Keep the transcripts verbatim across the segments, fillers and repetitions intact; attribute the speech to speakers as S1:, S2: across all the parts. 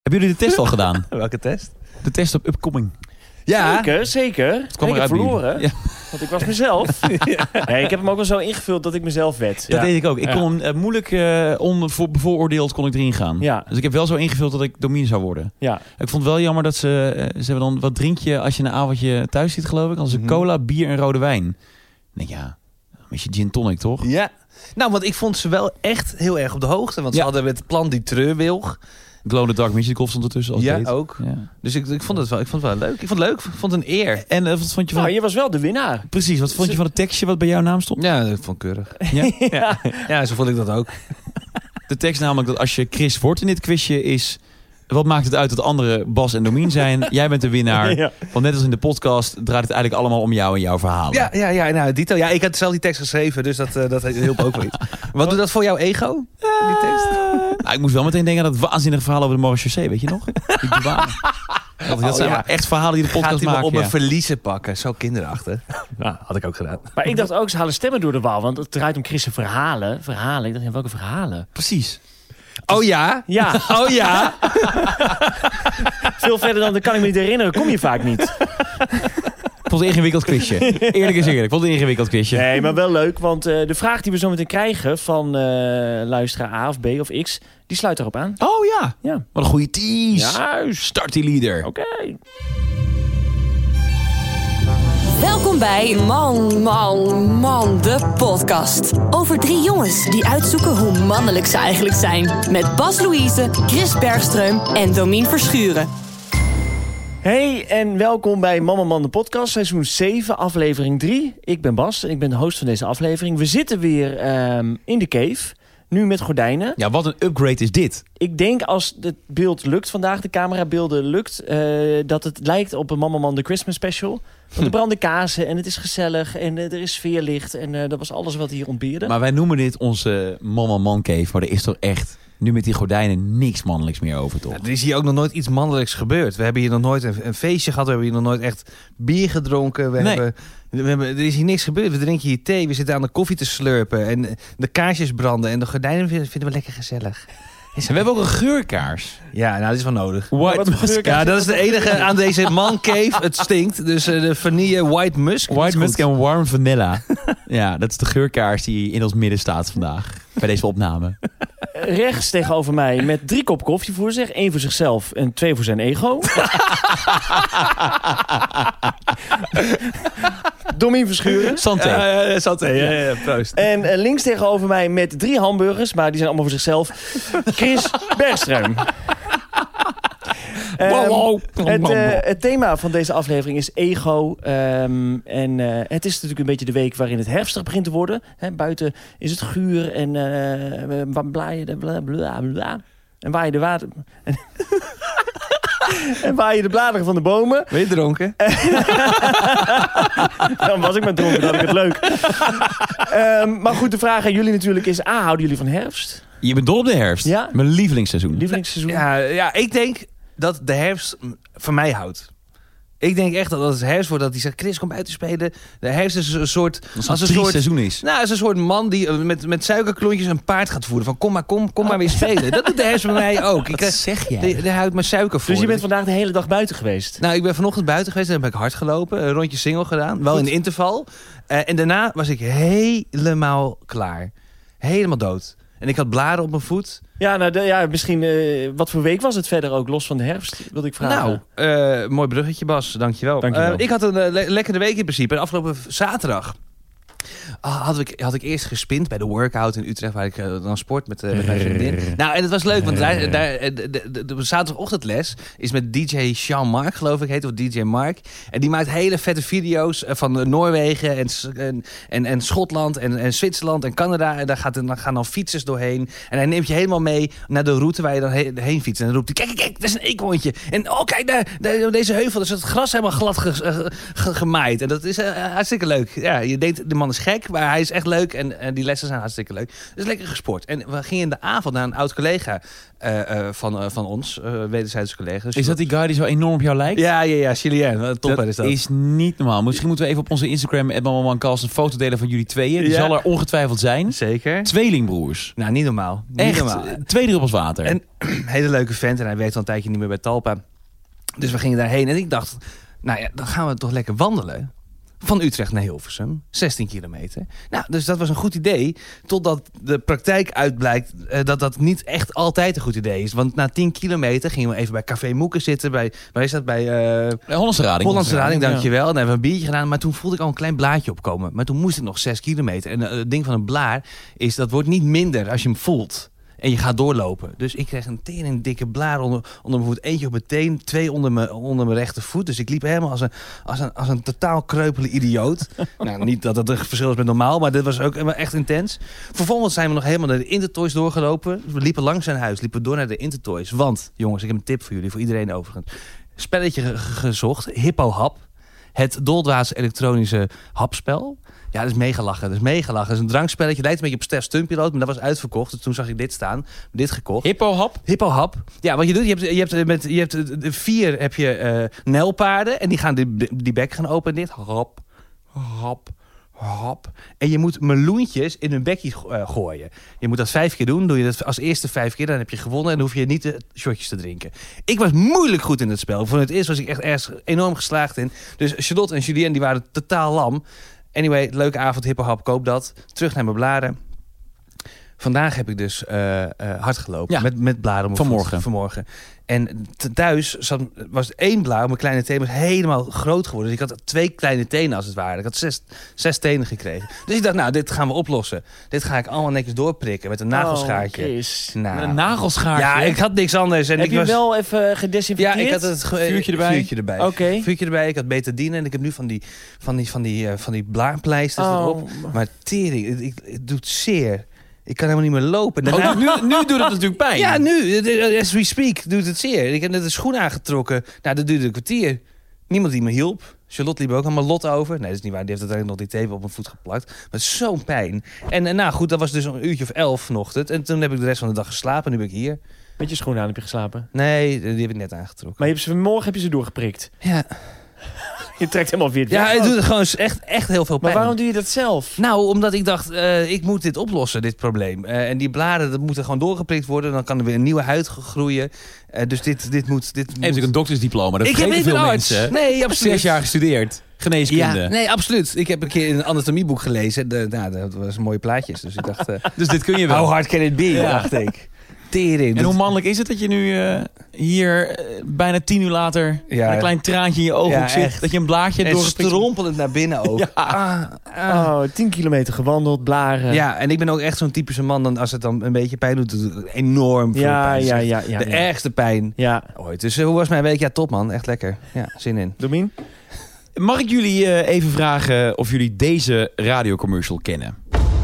S1: Hebben jullie de test al gedaan?
S2: Welke test?
S1: De test op Upcoming.
S2: Ja.
S3: Zeker, zeker.
S1: Het kwam
S3: ik heb
S1: eruit
S3: verloren,
S1: ja.
S3: want ik was mezelf. ja. Nee, ik heb hem ook wel zo ingevuld dat ik mezelf werd.
S1: Dat
S3: Ja.
S1: deed ik ook. Ik
S3: Ja.
S1: kon hem uh, moeilijk uh, onbevooroordeeld kon ik erin gaan.
S3: Ja.
S1: Dus ik heb wel zo ingevuld dat ik Domien zou worden.
S3: Ja.
S1: Ik vond het wel jammer dat ze... Uh, ze hebben dan, wat drink je als je een avondje thuis zit, geloof ik? Als een
S2: Mm-hmm.
S1: cola, bier en rode wijn. Dan denk ik, ja, dan is je gin tonic, toch?
S2: Ja. Nou, want ik vond ze wel echt heel erg op de hoogte. Want
S1: Ja.
S2: ze hadden het plan die treurwilg.
S1: Glow in the Dark Music stond ertussen als
S2: Ja,
S1: date.
S2: ook.
S1: Ja.
S2: Dus ik, ik, vond het wel, ik vond het wel leuk. Ik vond het leuk. Ik vond het een eer.
S1: En uh, wat vond je van...
S3: Nou, je was wel de winnaar.
S1: Precies, wat vond je van het tekstje wat bij jouw naam stond?
S2: Ja, dat vond ik keurig.
S1: Ja?
S2: Ja, ja, zo vond ik dat ook.
S1: De tekst namelijk dat als je Chris wordt in dit quizje is... Wat maakt het uit dat anderen Bas en Domien zijn? Jij bent de winnaar.
S3: Ja.
S1: Want net als in de podcast draait het eigenlijk allemaal om jou en jouw verhalen.
S2: Ja, ja, ja, nou, Dito. Ja, ik had zelf die tekst geschreven, dus dat, uh, dat hielp ook wel iets. Wat doet dat voor jouw ego, die tekst?
S1: Nou, ik moest wel meteen denken aan dat waanzinnige verhaal over de Marechaussee, weet je nog? Die douane. Dat, dat
S2: Oh,
S1: zijn
S2: ja.
S1: maar echt verhalen die de podcast
S2: Gaat hij me
S1: maken.
S2: op mijn
S1: ja.
S2: verliezen pakken? Zo kinderachtig. Ja, had ik ook gedaan.
S3: Maar ik dacht ook, ze halen stemmen door de wal. Want het draait om Chris' verhalen. Verhalen? Ik dacht, ja, welke verhalen?
S1: Precies.
S2: Oh ja?
S3: Ja.
S2: Oh ja?
S3: Veel verder dan, dat kan ik me niet herinneren. Kom je vaak niet.
S1: Ik vond het een ingewikkeld quizje. Eerlijk is eerlijk. Ik vond het een ingewikkeld quizje.
S3: Nee, maar wel leuk. Want uh, de vraag die we zo meteen krijgen van uh, luisteraar A of B of X... die sluit erop aan.
S1: Oh ja.
S3: Ja.
S1: Wat een goede tease.
S3: Juist.
S1: Start die leader.
S3: Oké. Okay.
S4: Welkom bij Man, Man, Man, de podcast. Over drie jongens die uitzoeken hoe mannelijk ze eigenlijk zijn. Met Bas Louise, Chris Bergström en Domien Verschuren.
S3: Hey en welkom bij Mama Man de podcast, seizoen zeven, aflevering drie. Ik ben Bas en ik ben de host van deze aflevering. We zitten weer um, in de cave, nu met gordijnen.
S1: Ja, wat een upgrade is dit.
S3: Ik denk als het beeld lukt vandaag, de camerabeelden lukt... Uh, dat het lijkt op een Mama Man de Christmas special. Want er branden kazen en het is gezellig en uh, er is sfeerlicht. En uh, dat was alles wat hier ontbeerde.
S1: Maar wij noemen dit onze Mama Man cave, maar er is toch echt... Nu met die gordijnen niks mannelijks meer over, toch?
S2: Ja, er is hier ook nog nooit iets mannelijks gebeurd. We hebben hier nog nooit een, een feestje gehad. We hebben hier nog nooit echt bier gedronken. We
S1: nee.
S2: hebben, we hebben, er is hier niks gebeurd. We drinken hier thee. We zitten aan de koffie te slurpen. En de kaarsjes branden. En de gordijnen vinden, vinden we lekker gezellig.
S1: En we hebben ook een geurkaars.
S2: Ja, nou, dat is wel nodig.
S1: White musk.
S2: Ja, dat is de enige aan deze man cave. Het stinkt. Dus uh, de vanille white musk.
S1: White musk en warm vanilla. Ja, dat is de geurkaars die in ons midden staat vandaag. Bij deze opname.
S3: Rechts tegenover mij met drie kop koffie voor zich. één voor zichzelf en twee voor zijn ego. Domien Verschuren.
S1: Santé.
S2: Ja, ja, Santé. Ja, ja, ja, proost.
S3: En uh, links tegenover mij met drie hamburgers, maar die zijn allemaal voor zichzelf. Chris Bergström. Um,
S1: Wow, wow.
S3: Het, uh, het thema van deze aflevering is ego. Um, en uh, het is natuurlijk een beetje de week waarin het herfstig begint te worden. He, buiten is het guur en uh, bla, bla, bla, bla. En waar je de water... En waar je de bladeren van de bomen.
S2: Ben je dronken?
S3: Dan was ik maar dronken, dan had ik het leuk. um, maar goed, de vraag aan jullie natuurlijk is... A, houden jullie van herfst?
S1: Je bent dol op de herfst.
S3: Ja.
S1: Mijn lievelingsseizoen.
S3: Lievelingsseizoen?
S2: Ja, ja, ik denk dat de herfst van mij houdt. Ik denk echt dat als het herfst wordt, dat hij zegt... Chris, kom buiten spelen. De herfst is een soort...
S1: Als
S2: als
S1: het
S2: een
S1: een
S2: soort
S1: seizoen is.
S2: Nou, als een soort man die met, met suikerklontjes een paard gaat voeren. Van kom maar, kom, kom maar weer spelen. Dat doet de herfst bij mij ook. Ik krijg,
S1: zeg jij?
S2: de- Daar houdt mijn suiker voor.
S3: Dus je bent vandaag de hele dag buiten geweest?
S2: Nou, ik ben vanochtend buiten geweest. Dan heb ik hard gelopen. Een rondje single gedaan. Wel in de interval. Uh, en daarna was ik helemaal klaar. Helemaal dood. En ik had blaren op mijn voet.
S3: Ja, nou, de, ja misschien... Uh, wat voor week was het verder ook, los van de herfst? Wilde ik vragen.
S2: Nou, uh, mooi bruggetje, Bas. Dankjewel.
S3: Dankjewel.
S2: Uh, ik had een uh, le- lekkere week in principe. En afgelopen zaterdag uh, had, ik, had ik eerst gespind bij de workout in Utrecht, waar ik uh, dan sport met, uh, met mijn vriendin. Nou, en het was leuk, want daar, daar, de, de, de, de zaterdagochtendles is met D J Jean-Marc, geloof ik, heet of D J Mark. En die maakt hele vette video's van uh, Noorwegen en, en, en, en Schotland en, en Zwitserland en Canada. En daar, gaat, dan gaan dan fietsers doorheen. En hij neemt je helemaal mee naar de route waar je dan he, heen fietst. En dan roept hij, kijk, kijk, dat is een eekhoorntje. En oh, kijk, daar, daar, deze heuvel, daar is het gras helemaal glad ge, ge, ge, gemaaid. En dat is uh, hartstikke leuk. Ja, je denkt, de man is gek, maar hij is echt leuk. En, en die lessen zijn hartstikke leuk. Dus lekker gesport. En we gingen in de avond naar een oud collega uh, uh, van, uh, van ons. Uh, wederzijdse collega. Dus
S1: is dat die guy die zo enorm op jou lijkt?
S2: Ja, ja, ja. Julien. Topper is dat.
S1: is niet normaal. Misschien moeten we even op onze Instagram @mamamancast een foto delen van jullie tweeën. Die
S2: Ja.
S1: zal er ongetwijfeld zijn.
S2: Zeker.
S1: Tweelingbroers.
S2: Nou, niet normaal. Niet
S1: Echt,
S2: normaal.
S1: twee druppels water.
S2: En een hele leuke vent. En hij werkt al een tijdje niet meer bij Talpa. Dus we gingen daarheen. En ik dacht, nou ja, dan gaan we toch lekker wandelen. Van Utrecht naar Hilversum. zestien kilometer. Nou, dus dat was een goed idee. Totdat de praktijk uitblijkt uh, dat dat niet echt altijd een goed idee is. Want na tien kilometer gingen we even bij Café Moeken zitten. Bij, waar is dat? Bij uh,
S1: Hollandse Rading.
S2: Hollandse Rading, dankjewel.
S1: Ja.
S2: En dan hebben we een biertje gedaan. Maar toen voelde ik al een klein blaadje opkomen. Maar toen moest ik nog zes kilometer. En uh, het ding van een blaar is, dat wordt niet minder als je hem voelt. En je gaat doorlopen. Dus ik kreeg een tering dikke blaar onder, onder mijn voet. Eentje op mijn teen, twee onder mijn, onder mijn rechtervoet. Dus ik liep helemaal als een, als een, als een totaal kreupele idioot. Nou, niet dat het een verschil is met normaal, maar dit was ook echt intens. Vervolgens zijn we nog helemaal naar de Intertoys doorgelopen. We liepen langs zijn huis, liepen door naar de Intertoys. Want, jongens, ik heb een tip voor jullie, voor iedereen overigens. Spelletje ge- gezocht, Hippo Hap. Het doldwaas elektronische hapspel. Ja, dat is mega lachen. Dat is mega lachen. Dat is een drankspelletje. Lijkt een beetje op Stef Stuntpiloot, maar dat was uitverkocht. Dus toen zag ik dit staan. Dit gekocht.
S1: Hippo-hap?
S2: Hippo-hap. Ja, wat je doet, je hebt, je hebt, met, je hebt vier heb je uh, nijlpaarden. En die gaan die, die bek gaan open. Dit. Hap, hap, hap. En je moet meloentjes in hun bekje uh, gooien. Je moet dat vijf keer doen. Doe je dat als eerste vijf keer, dan heb je gewonnen. En dan hoef je niet de shotjes te drinken. Ik was moeilijk goed in het spel. Voor het eerst was ik echt ergens enorm geslaagd in. Dus Charlotte en Julien, die waren totaal lam. Anyway, leuke avond, Hippo-hap, koop dat. Terug naar mijn blaren. Vandaag heb ik dus uh, uh, hard gelopen.
S1: Ja.
S2: Met, met blaren. Op
S1: Vanmorgen.
S2: Voet, vanmorgen. En thuis zat, was één blauw. Mijn kleine teen was helemaal groot geworden. Dus ik had twee kleine tenen als het ware. Ik had zes, zes tenen gekregen. Dus ik dacht, nou, dit gaan we oplossen. Dit ga ik allemaal netjes doorprikken met een nagelschaartje.
S3: Oh, Chris.
S2: nou,
S1: Met een nagelschaartje?
S2: Ja, ik had niks anders. En
S3: Heb
S2: ik
S3: je
S2: was,
S3: wel even gedesinfecteerd?
S2: Ja, ik had het ge-
S1: Vuurtje erbij?
S2: Vuurtje erbij.
S3: Oké. Okay.
S2: Vuurtje erbij. Ik had betadine en ik heb nu van die, van die, van die, uh, van die blaarpleisters
S3: Oh.
S2: erop. Maar tering, het, het, het doet zeer. Ik kan helemaal niet meer lopen.
S1: Oh,
S2: Daarna-
S1: nu, nu doet het natuurlijk pijn.
S2: Ja, nu, as we speak, doet het zeer. Ik heb net een schoen aangetrokken. Nou, dat duurde een kwartier. Niemand die me hielp. Charlotte liep ook allemaal lot over. Nee, dat is niet waar. Die heeft uiteindelijk nog die tape op mijn voet geplakt. Maar het is zo'n pijn. En, en nou goed, dat was dus een uurtje of elf vanochtend. En toen heb ik de rest van de dag geslapen. Nu ben ik hier.
S3: Met je schoenen aan heb je geslapen.
S2: Nee, die heb ik net aangetrokken.
S3: Maar je hebt ze, vanmorgen heb je ze doorgeprikt.
S2: Ja,
S3: Je trekt helemaal weer
S2: ja
S3: weg.
S2: het doet gewoon echt, echt heel veel
S3: Maar
S2: pijn.
S3: waarom doe je dat zelf?
S2: Nou, omdat ik dacht, uh, ik moet dit oplossen, dit probleem. Uh, en die blaren, dat moeten gewoon doorgeprikt worden. Dan kan er weer een nieuwe huid groeien. Uh, dus dit, dit moet... Dit
S1: En natuurlijk een
S2: moet...
S1: doktersdiploma. Dat
S2: Ik heb
S1: vergeten
S2: niet
S1: veel
S2: een arts.
S1: mensen.
S2: Nee, absoluut.
S1: Zes jaar gestudeerd. Geneeskunde.
S2: Ja, nee, absoluut. Ik heb een keer in een anatomieboek gelezen. De, nou, dat was mooie plaatjes. Dus ik dacht, uh,
S1: Dus dit kun je wel.
S2: how hard can it be,
S1: Ja.
S2: dacht ik. Tering.
S1: En hoe mannelijk is het dat je nu uh, hier uh, bijna tien uur later
S2: Ja.
S1: met een klein traantje in je ooghoek
S2: Ja,
S1: zit.
S2: echt.
S1: Dat je een blaadje
S2: En
S1: doorgeprikt.
S2: strompelend naar binnen ook.
S1: Ja.
S2: Ah, ah.
S3: Oh, tien kilometer gewandeld, blaren.
S2: Ja, en ik ben ook echt zo'n typische man. Dan, als het dan een beetje pijn doet, doet het enorm veel
S3: ja,
S2: pijn.
S3: ja,
S2: Zeg.
S3: ja, ja.
S2: De
S3: ja.
S2: ergste pijn
S3: Ja.
S2: ooit. Dus uh, hoe was mijn week? Ja, top man. Echt lekker. Ja, zin in.
S3: Domien?
S1: Mag ik jullie uh, even vragen of jullie deze radiocommercial kennen?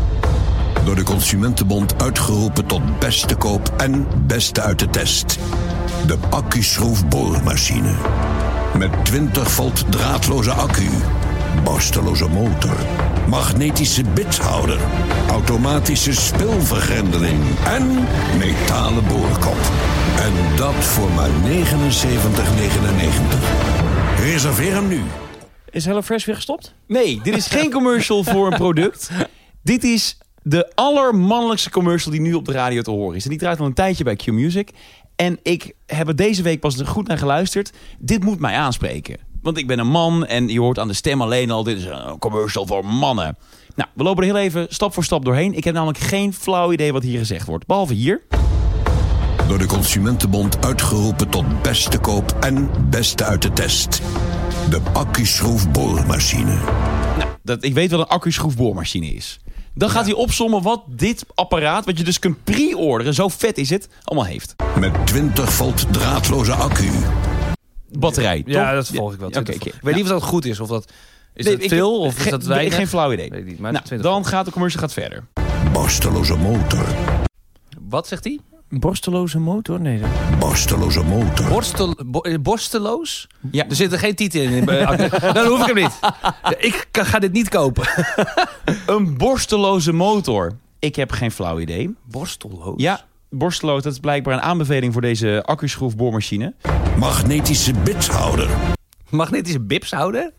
S5: Door de Consumentenbond uitgeroepen tot beste koop en beste uit de test. De accu-schroefboormachine. Met twintig volt draadloze accu, borsteloze motor, magnetische bithouder, automatische spilvergrendeling en metalen boorkop. En dat voor maar negenenzeventig negenennegentig. Reserveer hem nu.
S3: Is HelloFresh weer gestopt?
S1: Nee, dit is geen commercial voor een product. Dit is de allermannelijkste commercial die nu op de radio te horen is. En die draait al een tijdje bij Q-Music. En ik heb er deze week pas goed naar geluisterd. Dit moet mij aanspreken. Want ik ben een man en je hoort aan de stem alleen al... dit is een commercial voor mannen. Nou, we lopen er heel even stap voor stap doorheen. Ik heb namelijk geen flauw idee wat hier gezegd wordt. Behalve hier.
S5: Door de Consumentenbond uitgeroepen tot beste koop en beste uit de test. De accu-schroefboormachine.
S1: Nou, dat, ik weet wat een accu-schroefboormachine is. Dan gaat hij opsommen wat dit apparaat, wat je dus kunt pre-orderen, zo vet is het, allemaal heeft.
S5: Met twintig volt draadloze accu.
S1: Batterij, toch?
S2: Ja, dat volg ik wel.
S1: Oké,
S2: Okay,
S1: oké.
S2: Ik weet niet of dat goed is. Of dat, is
S1: Nee,
S2: dat
S1: ik-
S2: veel of is
S1: Geen-
S2: dat weinig?
S1: Geen flauw idee.
S2: Weet ik niet, maar
S1: Nou,
S2: twintig
S1: dan gaat de commercial gaat verder.
S5: Borsteloze motor.
S2: Wat zegt hij?
S3: Borsteloze motor? Nee. Dat...
S5: Borsteloze motor.
S2: Borstel, bo, eh, borsteloos?
S1: Ja.
S2: Er zit er geen titel in. eh, Dan hoef ik hem niet. Ik kan- ga dit niet kopen.
S1: Een borsteloze motor. Ik heb geen flauw idee.
S2: Borsteloos?
S1: Ja, borsteloos, dat is blijkbaar een aanbeveling voor deze accuschroefboormachine.
S5: Magnetische bidshouder.
S2: Magnetische bips houden?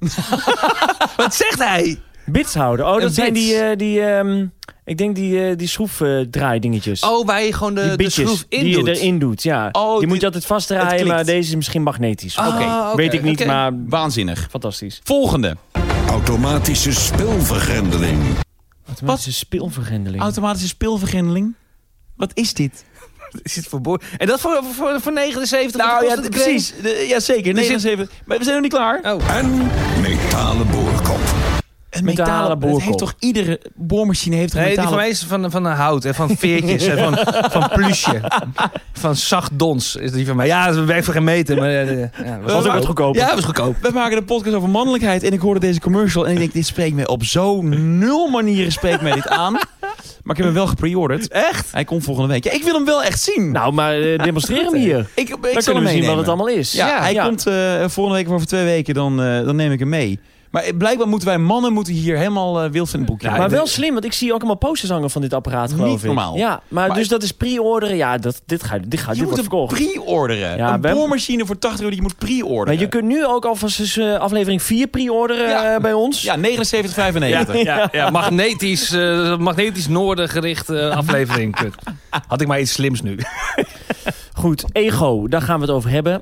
S2: Wat zegt hij?
S3: Bits houden. Oh, dat
S2: Een
S3: zijn
S2: bits.
S3: die, eh, die ehm, ik denk die, eh, die schroefdraaidingetjes.
S2: Oh, waar je gewoon de,
S3: die
S2: de
S3: bitjes
S2: schroef in
S3: die
S2: doet.
S3: je erin doet, ja.
S1: Oh,
S3: die
S1: dit-
S3: moet je altijd
S1: het
S3: vastdraaien,
S1: klikt.
S3: maar deze is misschien magnetisch.
S2: Ah,
S3: Oké,
S2: oké,
S3: weet ik niet,
S2: oké.
S3: maar
S1: Waanzinnig.
S3: fantastisch.
S1: Volgende.
S5: Automatische spilvergrendeling.
S3: Automatische speelvergrendeling.
S1: Automatische spilvergrendeling. Wat is dit?
S2: Is het verboden? En dat voor, voor, voor negenenzeventig?
S1: Nou
S2: Wat
S1: ja,
S2: kost het?
S1: precies. De- ja, zeker. negenenzeventig. Maar we zijn nog niet klaar.
S2: Oh.
S5: En metalen boorkop.
S1: Een
S3: Metalen
S1: metalen boorkop.
S3: boorkop.
S1: heeft toch iedere boormachine heeft een
S2: Nee, die
S1: metalen...
S2: van mij is van, van hout en van veertjes en van, van plusje. Van zacht dons is die van mij. Ja, dat werkt voor geen meter. Maar, uh, ja,
S3: was ook wat goedkoper.
S2: Ja, dat was goedkoop.
S1: We maken een podcast over mannelijkheid en ik hoorde deze commercial en ik denk, dit spreekt mij op zo'n nul manieren spreekt mij dit aan. Maar ik heb hem wel gepreorderd.
S2: Echt?
S1: Hij komt volgende week. Ja, ik wil hem wel echt zien.
S3: Nou, maar eh, demonstreer hem hier.
S1: ik, ik
S3: Dan
S1: zal hem
S3: kunnen we zien
S1: meenemen.
S3: wat het allemaal is.
S1: Ja,
S2: Ja,
S1: hij
S3: ja.
S1: komt uh, volgende week of over twee weken, dan, uh, dan neem ik hem mee. Maar blijkbaar moeten wij mannen moeten hier helemaal uh, wild van het boekje.
S3: Maar wel slim, want ik zie ook allemaal posters hangen van dit apparaat, geloof
S1: Niet
S3: ik.
S1: normaal.
S3: Ja, maar,
S1: Maar-
S3: dus dat is pre-orderen. Ja, dat, dit gaat, dit gaat,
S1: je
S3: dit
S1: moet
S3: wordt
S1: hem
S3: verkocht.
S1: pre-orderen.
S3: Ja,
S1: een
S3: we-
S1: boormachine voor tachtig euro die je moet pre-orderen.
S3: Maar je kunt nu ook alvast eens, uh, aflevering vier pre-orderen
S1: Ja.
S3: uh, bij ons.
S1: Ja, negenenzeventig vijfennegentig.
S2: Ja, ja, magnetisch, uh, magnetisch noorden gerichte aflevering. Kut. Had ik maar iets slims nu.
S3: Goed, ego, daar gaan we het over hebben.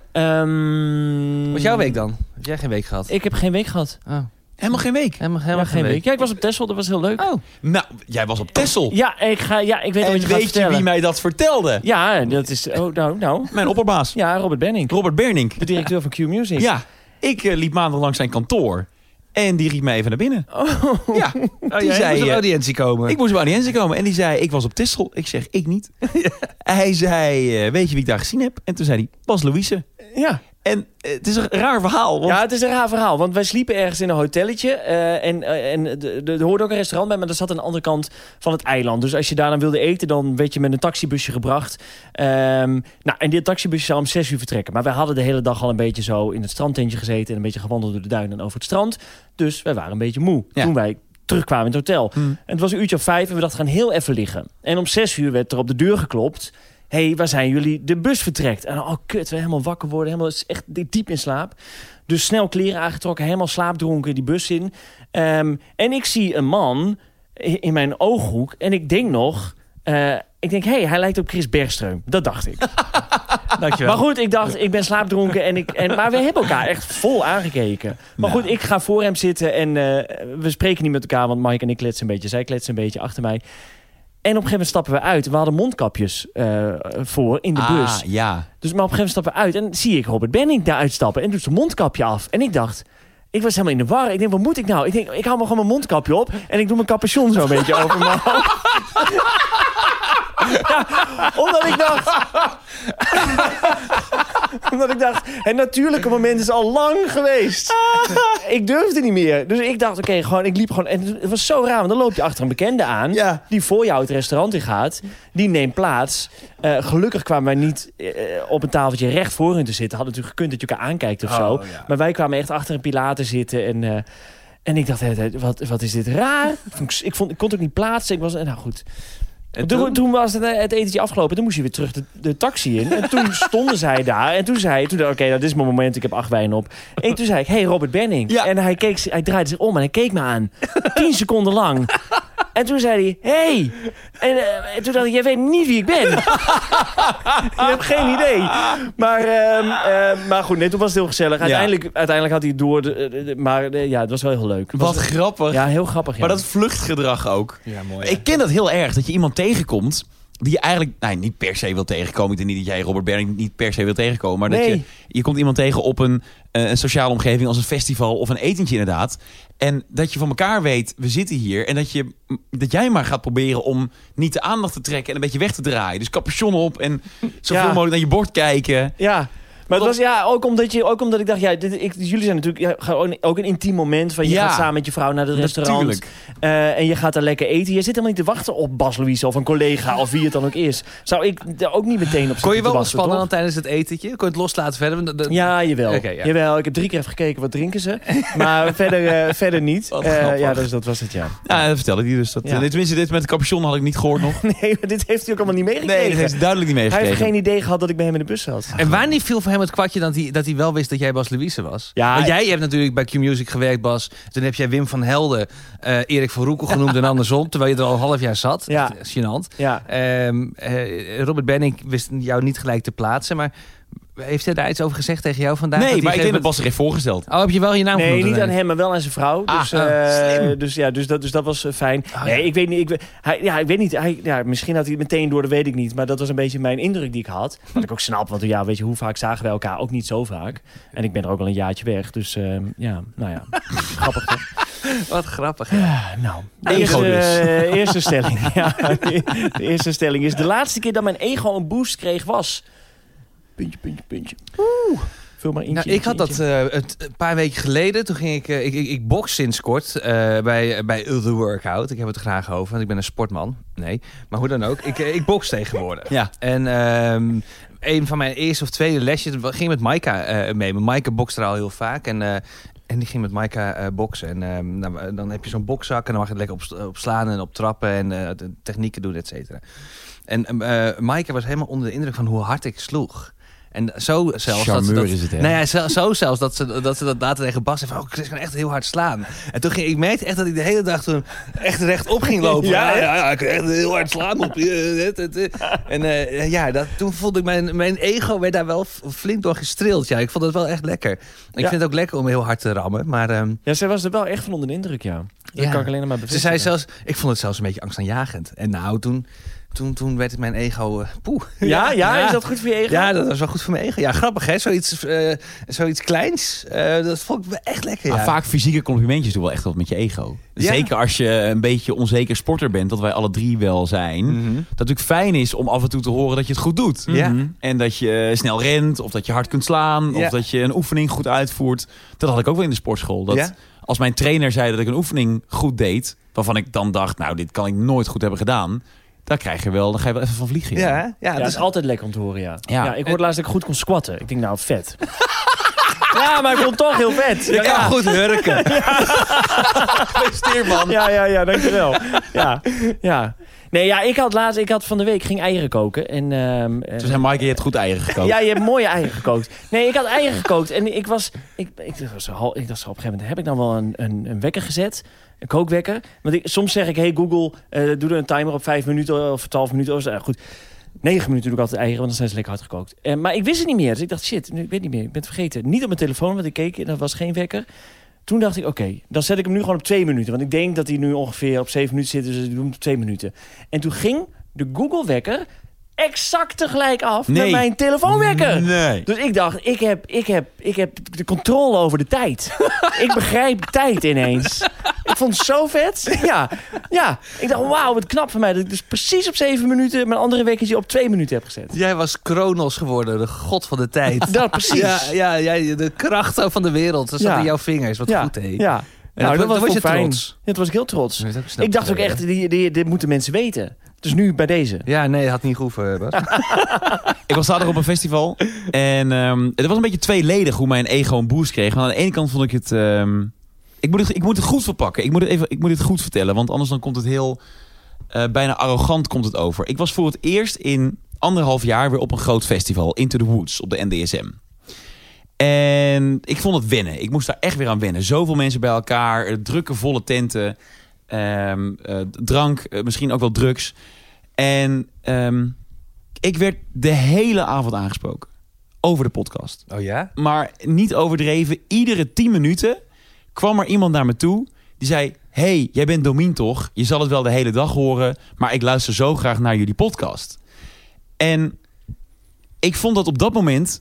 S3: Um,
S2: Wat is jouw week dan? Heb jij geen week gehad?
S3: Ik heb geen week gehad.
S2: Oh.
S1: Helemaal geen week.
S2: Helemaal,
S3: Ja,
S2: helemaal
S3: geen week. Ja, ik was op Texel, dat was heel leuk.
S2: Oh.
S1: Nou, jij was op Texel.
S3: Ja, ik, ga, ja, ik weet
S1: en
S3: wat je gaat
S1: weet je
S3: vertellen.
S1: wie mij dat vertelde?
S3: Ja, dat is... Oh, nou, nou.
S1: Mijn opperbaas.
S3: Ja, Robert Benning.
S1: Robert Bernink.
S3: De directeur van Q Music.
S1: Ja, ik uh, liep maandag langs zijn kantoor. En die riep mij even naar binnen.
S3: Oh.
S1: Ja,
S2: Oh,
S1: die
S2: jij
S1: zei...
S2: moest op
S1: uh,
S2: audiëntie komen.
S1: ik moest bij audiëntie komen. En die zei, ik was op Texel. Ik zeg, ik niet. Hij zei, uh, weet je wie ik daar gezien heb? En toen zei hij, Bas Louise.
S3: Ja.
S1: En uh, het is een raar verhaal. Want
S3: Ja, het is een raar verhaal. Want wij sliepen ergens in een hotelletje. uh, en uh, en de- de- er hoorde ook een restaurant bij, maar dat zat aan de andere kant van het eiland. Dus als je daar dan wilde eten, dan werd je met een taxibusje gebracht. Um, nou, en dit taxibusje zou om zes uur vertrekken. Maar wij hadden de hele dag al een beetje zo in het strandtentje gezeten. En een beetje gewandeld door de duinen en over het strand. Dus wij waren een beetje moe.
S1: Ja.
S3: Toen wij terugkwamen in het hotel.
S1: Hmm.
S3: En het was een uurtje of vijf en we dachten, gaan heel even liggen. En om zes uur werd er op de deur geklopt. Hé, hey, waar zijn jullie? De bus vertrekt. En oh kut, we helemaal wakker worden. Helemaal het is echt diep in slaap. Dus snel kleren aangetrokken, helemaal slaapdronken die bus in. Um, en ik zie een man in, in mijn ooghoek. En ik denk nog... Uh, ik denk, hé, hey, hij lijkt op Chris Bergström. Dat dacht ik.
S2: Dankjewel.
S3: Maar goed, ik dacht, ik ben slaapdronken. En ik, en, maar we hebben elkaar echt vol aangekeken. Maar
S1: Nou.
S3: goed, ik ga voor hem zitten. En uh, we spreken niet met elkaar. Want Mike en ik kletsen een beetje. Zij kletsen een beetje achter mij. En op een gegeven moment stappen we uit. We hadden mondkapjes uh, voor in de
S1: ah,
S3: bus.
S1: ja.
S3: Dus maar op een gegeven moment stappen we uit. En zie ik Robert Benning daar uitstappen. En doet zijn mondkapje af. En ik dacht... Ik was helemaal in de war. Ik denk, wat moet ik nou? Ik denk, ik hou maar gewoon mijn mondkapje op. En ik doe mijn capuchon zo een beetje over mijn hoofd. Ja, omdat ik dacht... omdat ik dacht, het natuurlijke moment is al lang geweest. Ik durfde niet meer. Dus ik dacht, oké, okay, gewoon, ik liep gewoon... En het was zo raar, want dan loop je achter een bekende aan...
S1: Ja.
S3: die voor jou het restaurant in gaat. Die neemt plaats. Uh, gelukkig kwamen wij niet uh, op een tafeltje recht voor hun te zitten. Had natuurlijk gekund dat je elkaar aankijkt of
S2: Oh,
S3: zo.
S2: ja.
S3: Maar wij kwamen echt achter een pilaar te zitten. En, uh, en ik dacht, wat, wat is dit raar? Ik, vond, ik kon het ook niet plaatsen. Ik was, nou goed...
S2: En
S3: toen?
S2: toen?
S3: toen was het, het etentje afgelopen. Toen moest je weer terug de, de taxi in. En toen stonden zij daar. En toen zei toen, oké, okay, nou, dit is mijn moment. Ik heb acht wijn op. En toen zei ik, hey, Robert Benning.
S1: Ja.
S3: En hij, keek, hij draaide zich om en hij keek me aan. Tien seconden lang. En toen zei hij, hey. En, uh, en toen dacht ik, jij weet niet wie ik ben. Je hebt geen idee. Maar, uh, uh, maar goed, nee, toen was het heel gezellig. Uiteindelijk, ja. uiteindelijk had hij het door. De, de, de, maar de, ja, het was wel heel leuk.
S1: Wat
S3: was,
S1: grappig.
S3: Ja, heel grappig. Ja.
S1: Maar dat vluchtgedrag ook.
S2: Ja, mooi.
S1: Ik ken dat heel erg. Dat je iemand tegenkomt die je eigenlijk nou, niet per se wil tegenkomen. Ik denk niet dat jij Robert Bernink niet per se wil tegenkomen. Maar
S3: Nee.
S1: dat je, je komt iemand tegen op een, uh, een sociale omgeving als een festival of een etentje inderdaad. En dat je van elkaar weet, we zitten hier. En dat, je, dat jij maar gaat proberen om niet de aandacht te trekken en een beetje weg te draaien. Dus capuchon op en zoveel
S3: Ja.
S1: mogelijk naar je bord kijken.
S3: Ja. Maar het was ja, ook omdat, je, ook omdat ik dacht, ja, dit, ik, jullie zijn natuurlijk ja, gewoon ook een intiem moment van je
S1: Ja.
S3: gaat samen met je vrouw naar het restaurant
S1: Natuurlijk.
S3: uh, en je gaat daar lekker eten. Je zit helemaal niet te wachten op Bas Louise of een collega of wie het dan ook is. Zou ik daar ook niet meteen op zitten
S2: Kon je
S3: te
S2: wel
S3: wachten,
S2: ontspannen
S3: toch?
S2: dan tijdens het etentje? Kon je het loslaten verder? Dat- dat-
S3: Ja, jawel.
S2: Oké, ja.
S3: jawel. Ik heb drie keer even gekeken wat drinken ze. Maar verder, uh, verder niet.
S1: Wat
S3: Uh,
S1: grappig.
S3: ja, dus dat was het, ja.
S1: Ja, dat vertel ik niet. Dus dat,
S3: Ja.
S1: eh, tenminste, dit met de capuchon had ik niet gehoord nog.
S3: Nee, maar dit heeft hij ook allemaal niet meegekregen.
S1: Nee, dat heeft hij duidelijk niet
S3: Hij heeft
S1: meegekregen.
S3: geen idee gehad dat ik bij hem in de bus zat.
S2: En wanneer viel voor hem het kwartje dat hij, dat hij wel wist dat jij Bas Louise was?
S3: Ja,
S2: Want jij hebt natuurlijk bij Q-Music gewerkt, Bas. Toen heb jij Wim van Helden, uh, Erik van Roekel genoemd en andersom. Terwijl je er al een half jaar zat.
S3: Ja.
S2: Echt gênant.
S3: Ja.
S2: Um, uh, Robert Benning wist jou niet gelijk te plaatsen. Maar heeft hij daar iets over gezegd tegen jou vandaag?
S1: Nee,
S2: Dat hij
S1: maar ik denk dat
S2: gegeven
S1: Bas zich heeft voorgesteld.
S2: moment- Oh, heb je wel je naam
S3: Nee,
S2: genoemd?
S3: niet aan hem, maar wel aan zijn vrouw.
S1: Ah,
S3: Dus,
S1: ah,
S3: eh,
S1: slim.
S3: dus, ja, dus, dat, dus dat was eh, fijn.
S2: Oh,
S3: nee,
S2: ja.
S3: ik weet niet. Ik, we- hij, ja, ik weet niet. Hij, ja, misschien had hij het meteen door, dat weet ik niet. Maar dat was een beetje mijn indruk die ik had. Wat ik ook snap, want ja, weet je, hoe vaak zagen wij elkaar? Ook niet zo vaak. En ik ben er ook al een jaartje weg. Dus eh, ja, nou ja, grappig toch?
S2: Wat grappig. Ja.
S3: Ah, nou, de
S1: Ego
S3: eerste,
S1: dus.
S3: eh, eerste stelling. Ja, de, de eerste stelling is: de laatste keer dat mijn ego een boost kreeg was. Puntje, puntje, puntje. Oeh. Vul maar eentje.
S2: Nou, ik had dat
S3: eentje.
S2: uh, het, een paar weken geleden. Toen ging ik, uh, ik, ik, ik box sinds kort uh, bij, bij The Workout. Ik heb het er graag over, want ik ben een sportman. Nee, maar hoe dan ook. Ik, uh, ik box tegenwoordig.
S1: Ja.
S2: En um, een van mijn eerste of tweede lesjes ging met Maaika uh, mee. Maaika bokst er al heel vaak. En, uh, en die ging met Maaika uh, boksen. En um, nou, dan heb je zo'n bokzak en dan mag je het lekker op, op slaan en op trappen en uh, de technieken doen, et cetera. En uh, Maaika was helemaal onder de indruk van hoe hard ik sloeg. En zo zelfs dat ze
S1: Charmeur
S2: dat,
S1: is het, hè?
S2: nou ja, zo, zo zelfs dat ze dat, ze dat later tegen Bas zei van, oh, Chris kan echt heel hard slaan. En toen ging ik merkte echt dat ik de hele dag toen echt rechtop ging lopen.
S3: Ja,
S2: ja,
S3: ja.
S2: ja, ja, ik kan echt heel hard slaan op je. En uh, ja, dat, toen voelde ik mijn, mijn ego werd daar wel flink door gestreeld. Ja, ik vond het wel echt lekker. Ik
S3: Ja.
S2: vind het ook lekker om heel hard te rammen, maar um,
S3: Ja, zij was er wel echt van onder de indruk, ja. Dat
S2: Ja.
S3: kan ik alleen nog maar
S2: ze
S3: bevestigen.
S2: zei zelfs, ik vond het zelfs een beetje angstaanjagend. En nou, toen, toen, toen werd het mijn ego, uh, poeh.
S3: Ja, ja, is dat goed voor je ego?
S2: Ja, dat was wel goed voor mijn ego. Ja, grappig hè, zoiets, uh, zoiets kleins. Uh, dat vond ik echt lekker.
S1: Maar
S2: Ja.
S1: vaak fysieke complimentjes doen wel echt wat met je ego.
S2: Ja.
S1: Zeker als je een beetje onzeker sporter bent, dat wij alle drie wel zijn.
S2: Mhm.
S1: Dat het natuurlijk fijn is om af en toe te horen dat je het goed doet.
S2: Ja.
S1: En dat je snel rent, of dat je hard kunt slaan,
S2: Ja.
S1: of dat je een oefening goed uitvoert. Dat had ik ook wel in de sportschool. Dat
S2: Ja.
S1: als mijn trainer zei dat ik een oefening goed deed, waarvan ik dan dacht, nou, dit kan ik nooit goed hebben gedaan. Dan krijg je wel, dan ga je wel even van vliegen.
S2: Ja, hè?
S3: Ja,
S2: ja,
S3: dat
S2: dus
S3: is altijd lekker om te horen, ja.
S1: Ja.
S3: Ja, ik hoorde laatst dat ik goed kon squatten. Ik denk, nou, vet. Ja, maar ik vond het toch heel vet.
S2: je
S3: Ja,
S2: kan
S3: ja.
S2: goed hurken.
S1: Gefeliciteerd, man.
S3: Ja, ja, ja, dankjewel. Ja, ja. Nee, ja, ik had laatst, ik had van de week, ging eieren koken. En, ehm, eh,
S1: Toen zei Maaike, je hebt goed eieren gekookt.
S3: ja, je hebt mooie eieren gekookt. Nee, ik had eieren gekookt. En ik was, ik, ik, was, al- ik dacht zo op een gegeven moment, heb ik dan wel een, een, een wekker gezet? Een kookwekker? Want ik, soms zeg ik, hey Google, uh, doe er een timer op vijf minuten of twaalf minuten. Of zo. Nou, goed. Negen minuten doe ik altijd eieren, want dan zijn ze lekker hard gekookt. Uh, maar ik wist het niet meer. Dus ik dacht, shit, ik weet niet meer. Ik ben het vergeten. Niet op mijn telefoon, want ik keek en dat was geen wekker. Toen dacht ik, oké, okay, dan zet ik hem nu gewoon op twee minuten. Want ik denk dat hij nu ongeveer op zeven minuten zit, dus ik doe hem op twee minuten. En toen ging de Google-wekker exact tegelijk af
S1: Nee.
S3: met mijn telefoonwekker.
S1: Nee.
S3: Dus ik dacht, ik heb, ik heb, ik heb de controle over de tijd. Ik begrijp tijd ineens. Ik vond het zo vet. Ja, ja. Ik dacht, wauw, wat knap van mij. Dat ik dus precies op zeven minuten mijn andere wekkertje op twee minuten heb gezet.
S2: Jij was Kronos geworden, de god van de tijd.
S3: Dat precies.
S2: Ja, ja, jij, de kracht van de wereld. Dat zat
S3: Ja.
S2: in jouw vingers. Wat
S3: ja,
S2: goed, hè?
S3: ja. Nou,
S2: dat-
S3: dat was,
S2: dat was je
S3: fijn.
S2: trots.
S3: Ja, dat was ik heel trots.
S2: Dat is ook snel
S3: Ik dacht ook
S2: geleden.
S3: echt, die, die, dit moeten mensen weten. Dus nu bij deze.
S2: Ja, nee, dat had niet gehoeven, Bas.
S1: Ik was zaterdag op een festival. En um, het was een beetje tweeledig hoe mijn ego een boost kreeg. Want aan de ene kant vond ik het... Um, ik, moet het ik moet het goed verpakken. Ik moet het, even, ik moet het goed vertellen. Want anders dan komt het heel... Uh, bijna arrogant komt het over. Ik was voor het eerst in anderhalf jaar weer op een groot festival. Into the Woods op de N D S M. En ik vond het wennen. Ik moest daar echt weer aan wennen. Zoveel mensen bij elkaar. Drukke, volle tenten. Um, uh, drank. Uh, misschien ook wel drugs. En um, ik werd de hele avond aangesproken. Over de podcast.
S2: Oh ja?
S1: Maar niet overdreven. Iedere tien minuten kwam er iemand naar me toe. Die zei... Hey, jij bent Domien toch? Je zal het wel de hele dag horen. Maar ik luister zo graag naar jullie podcast. En ik vond dat op dat moment...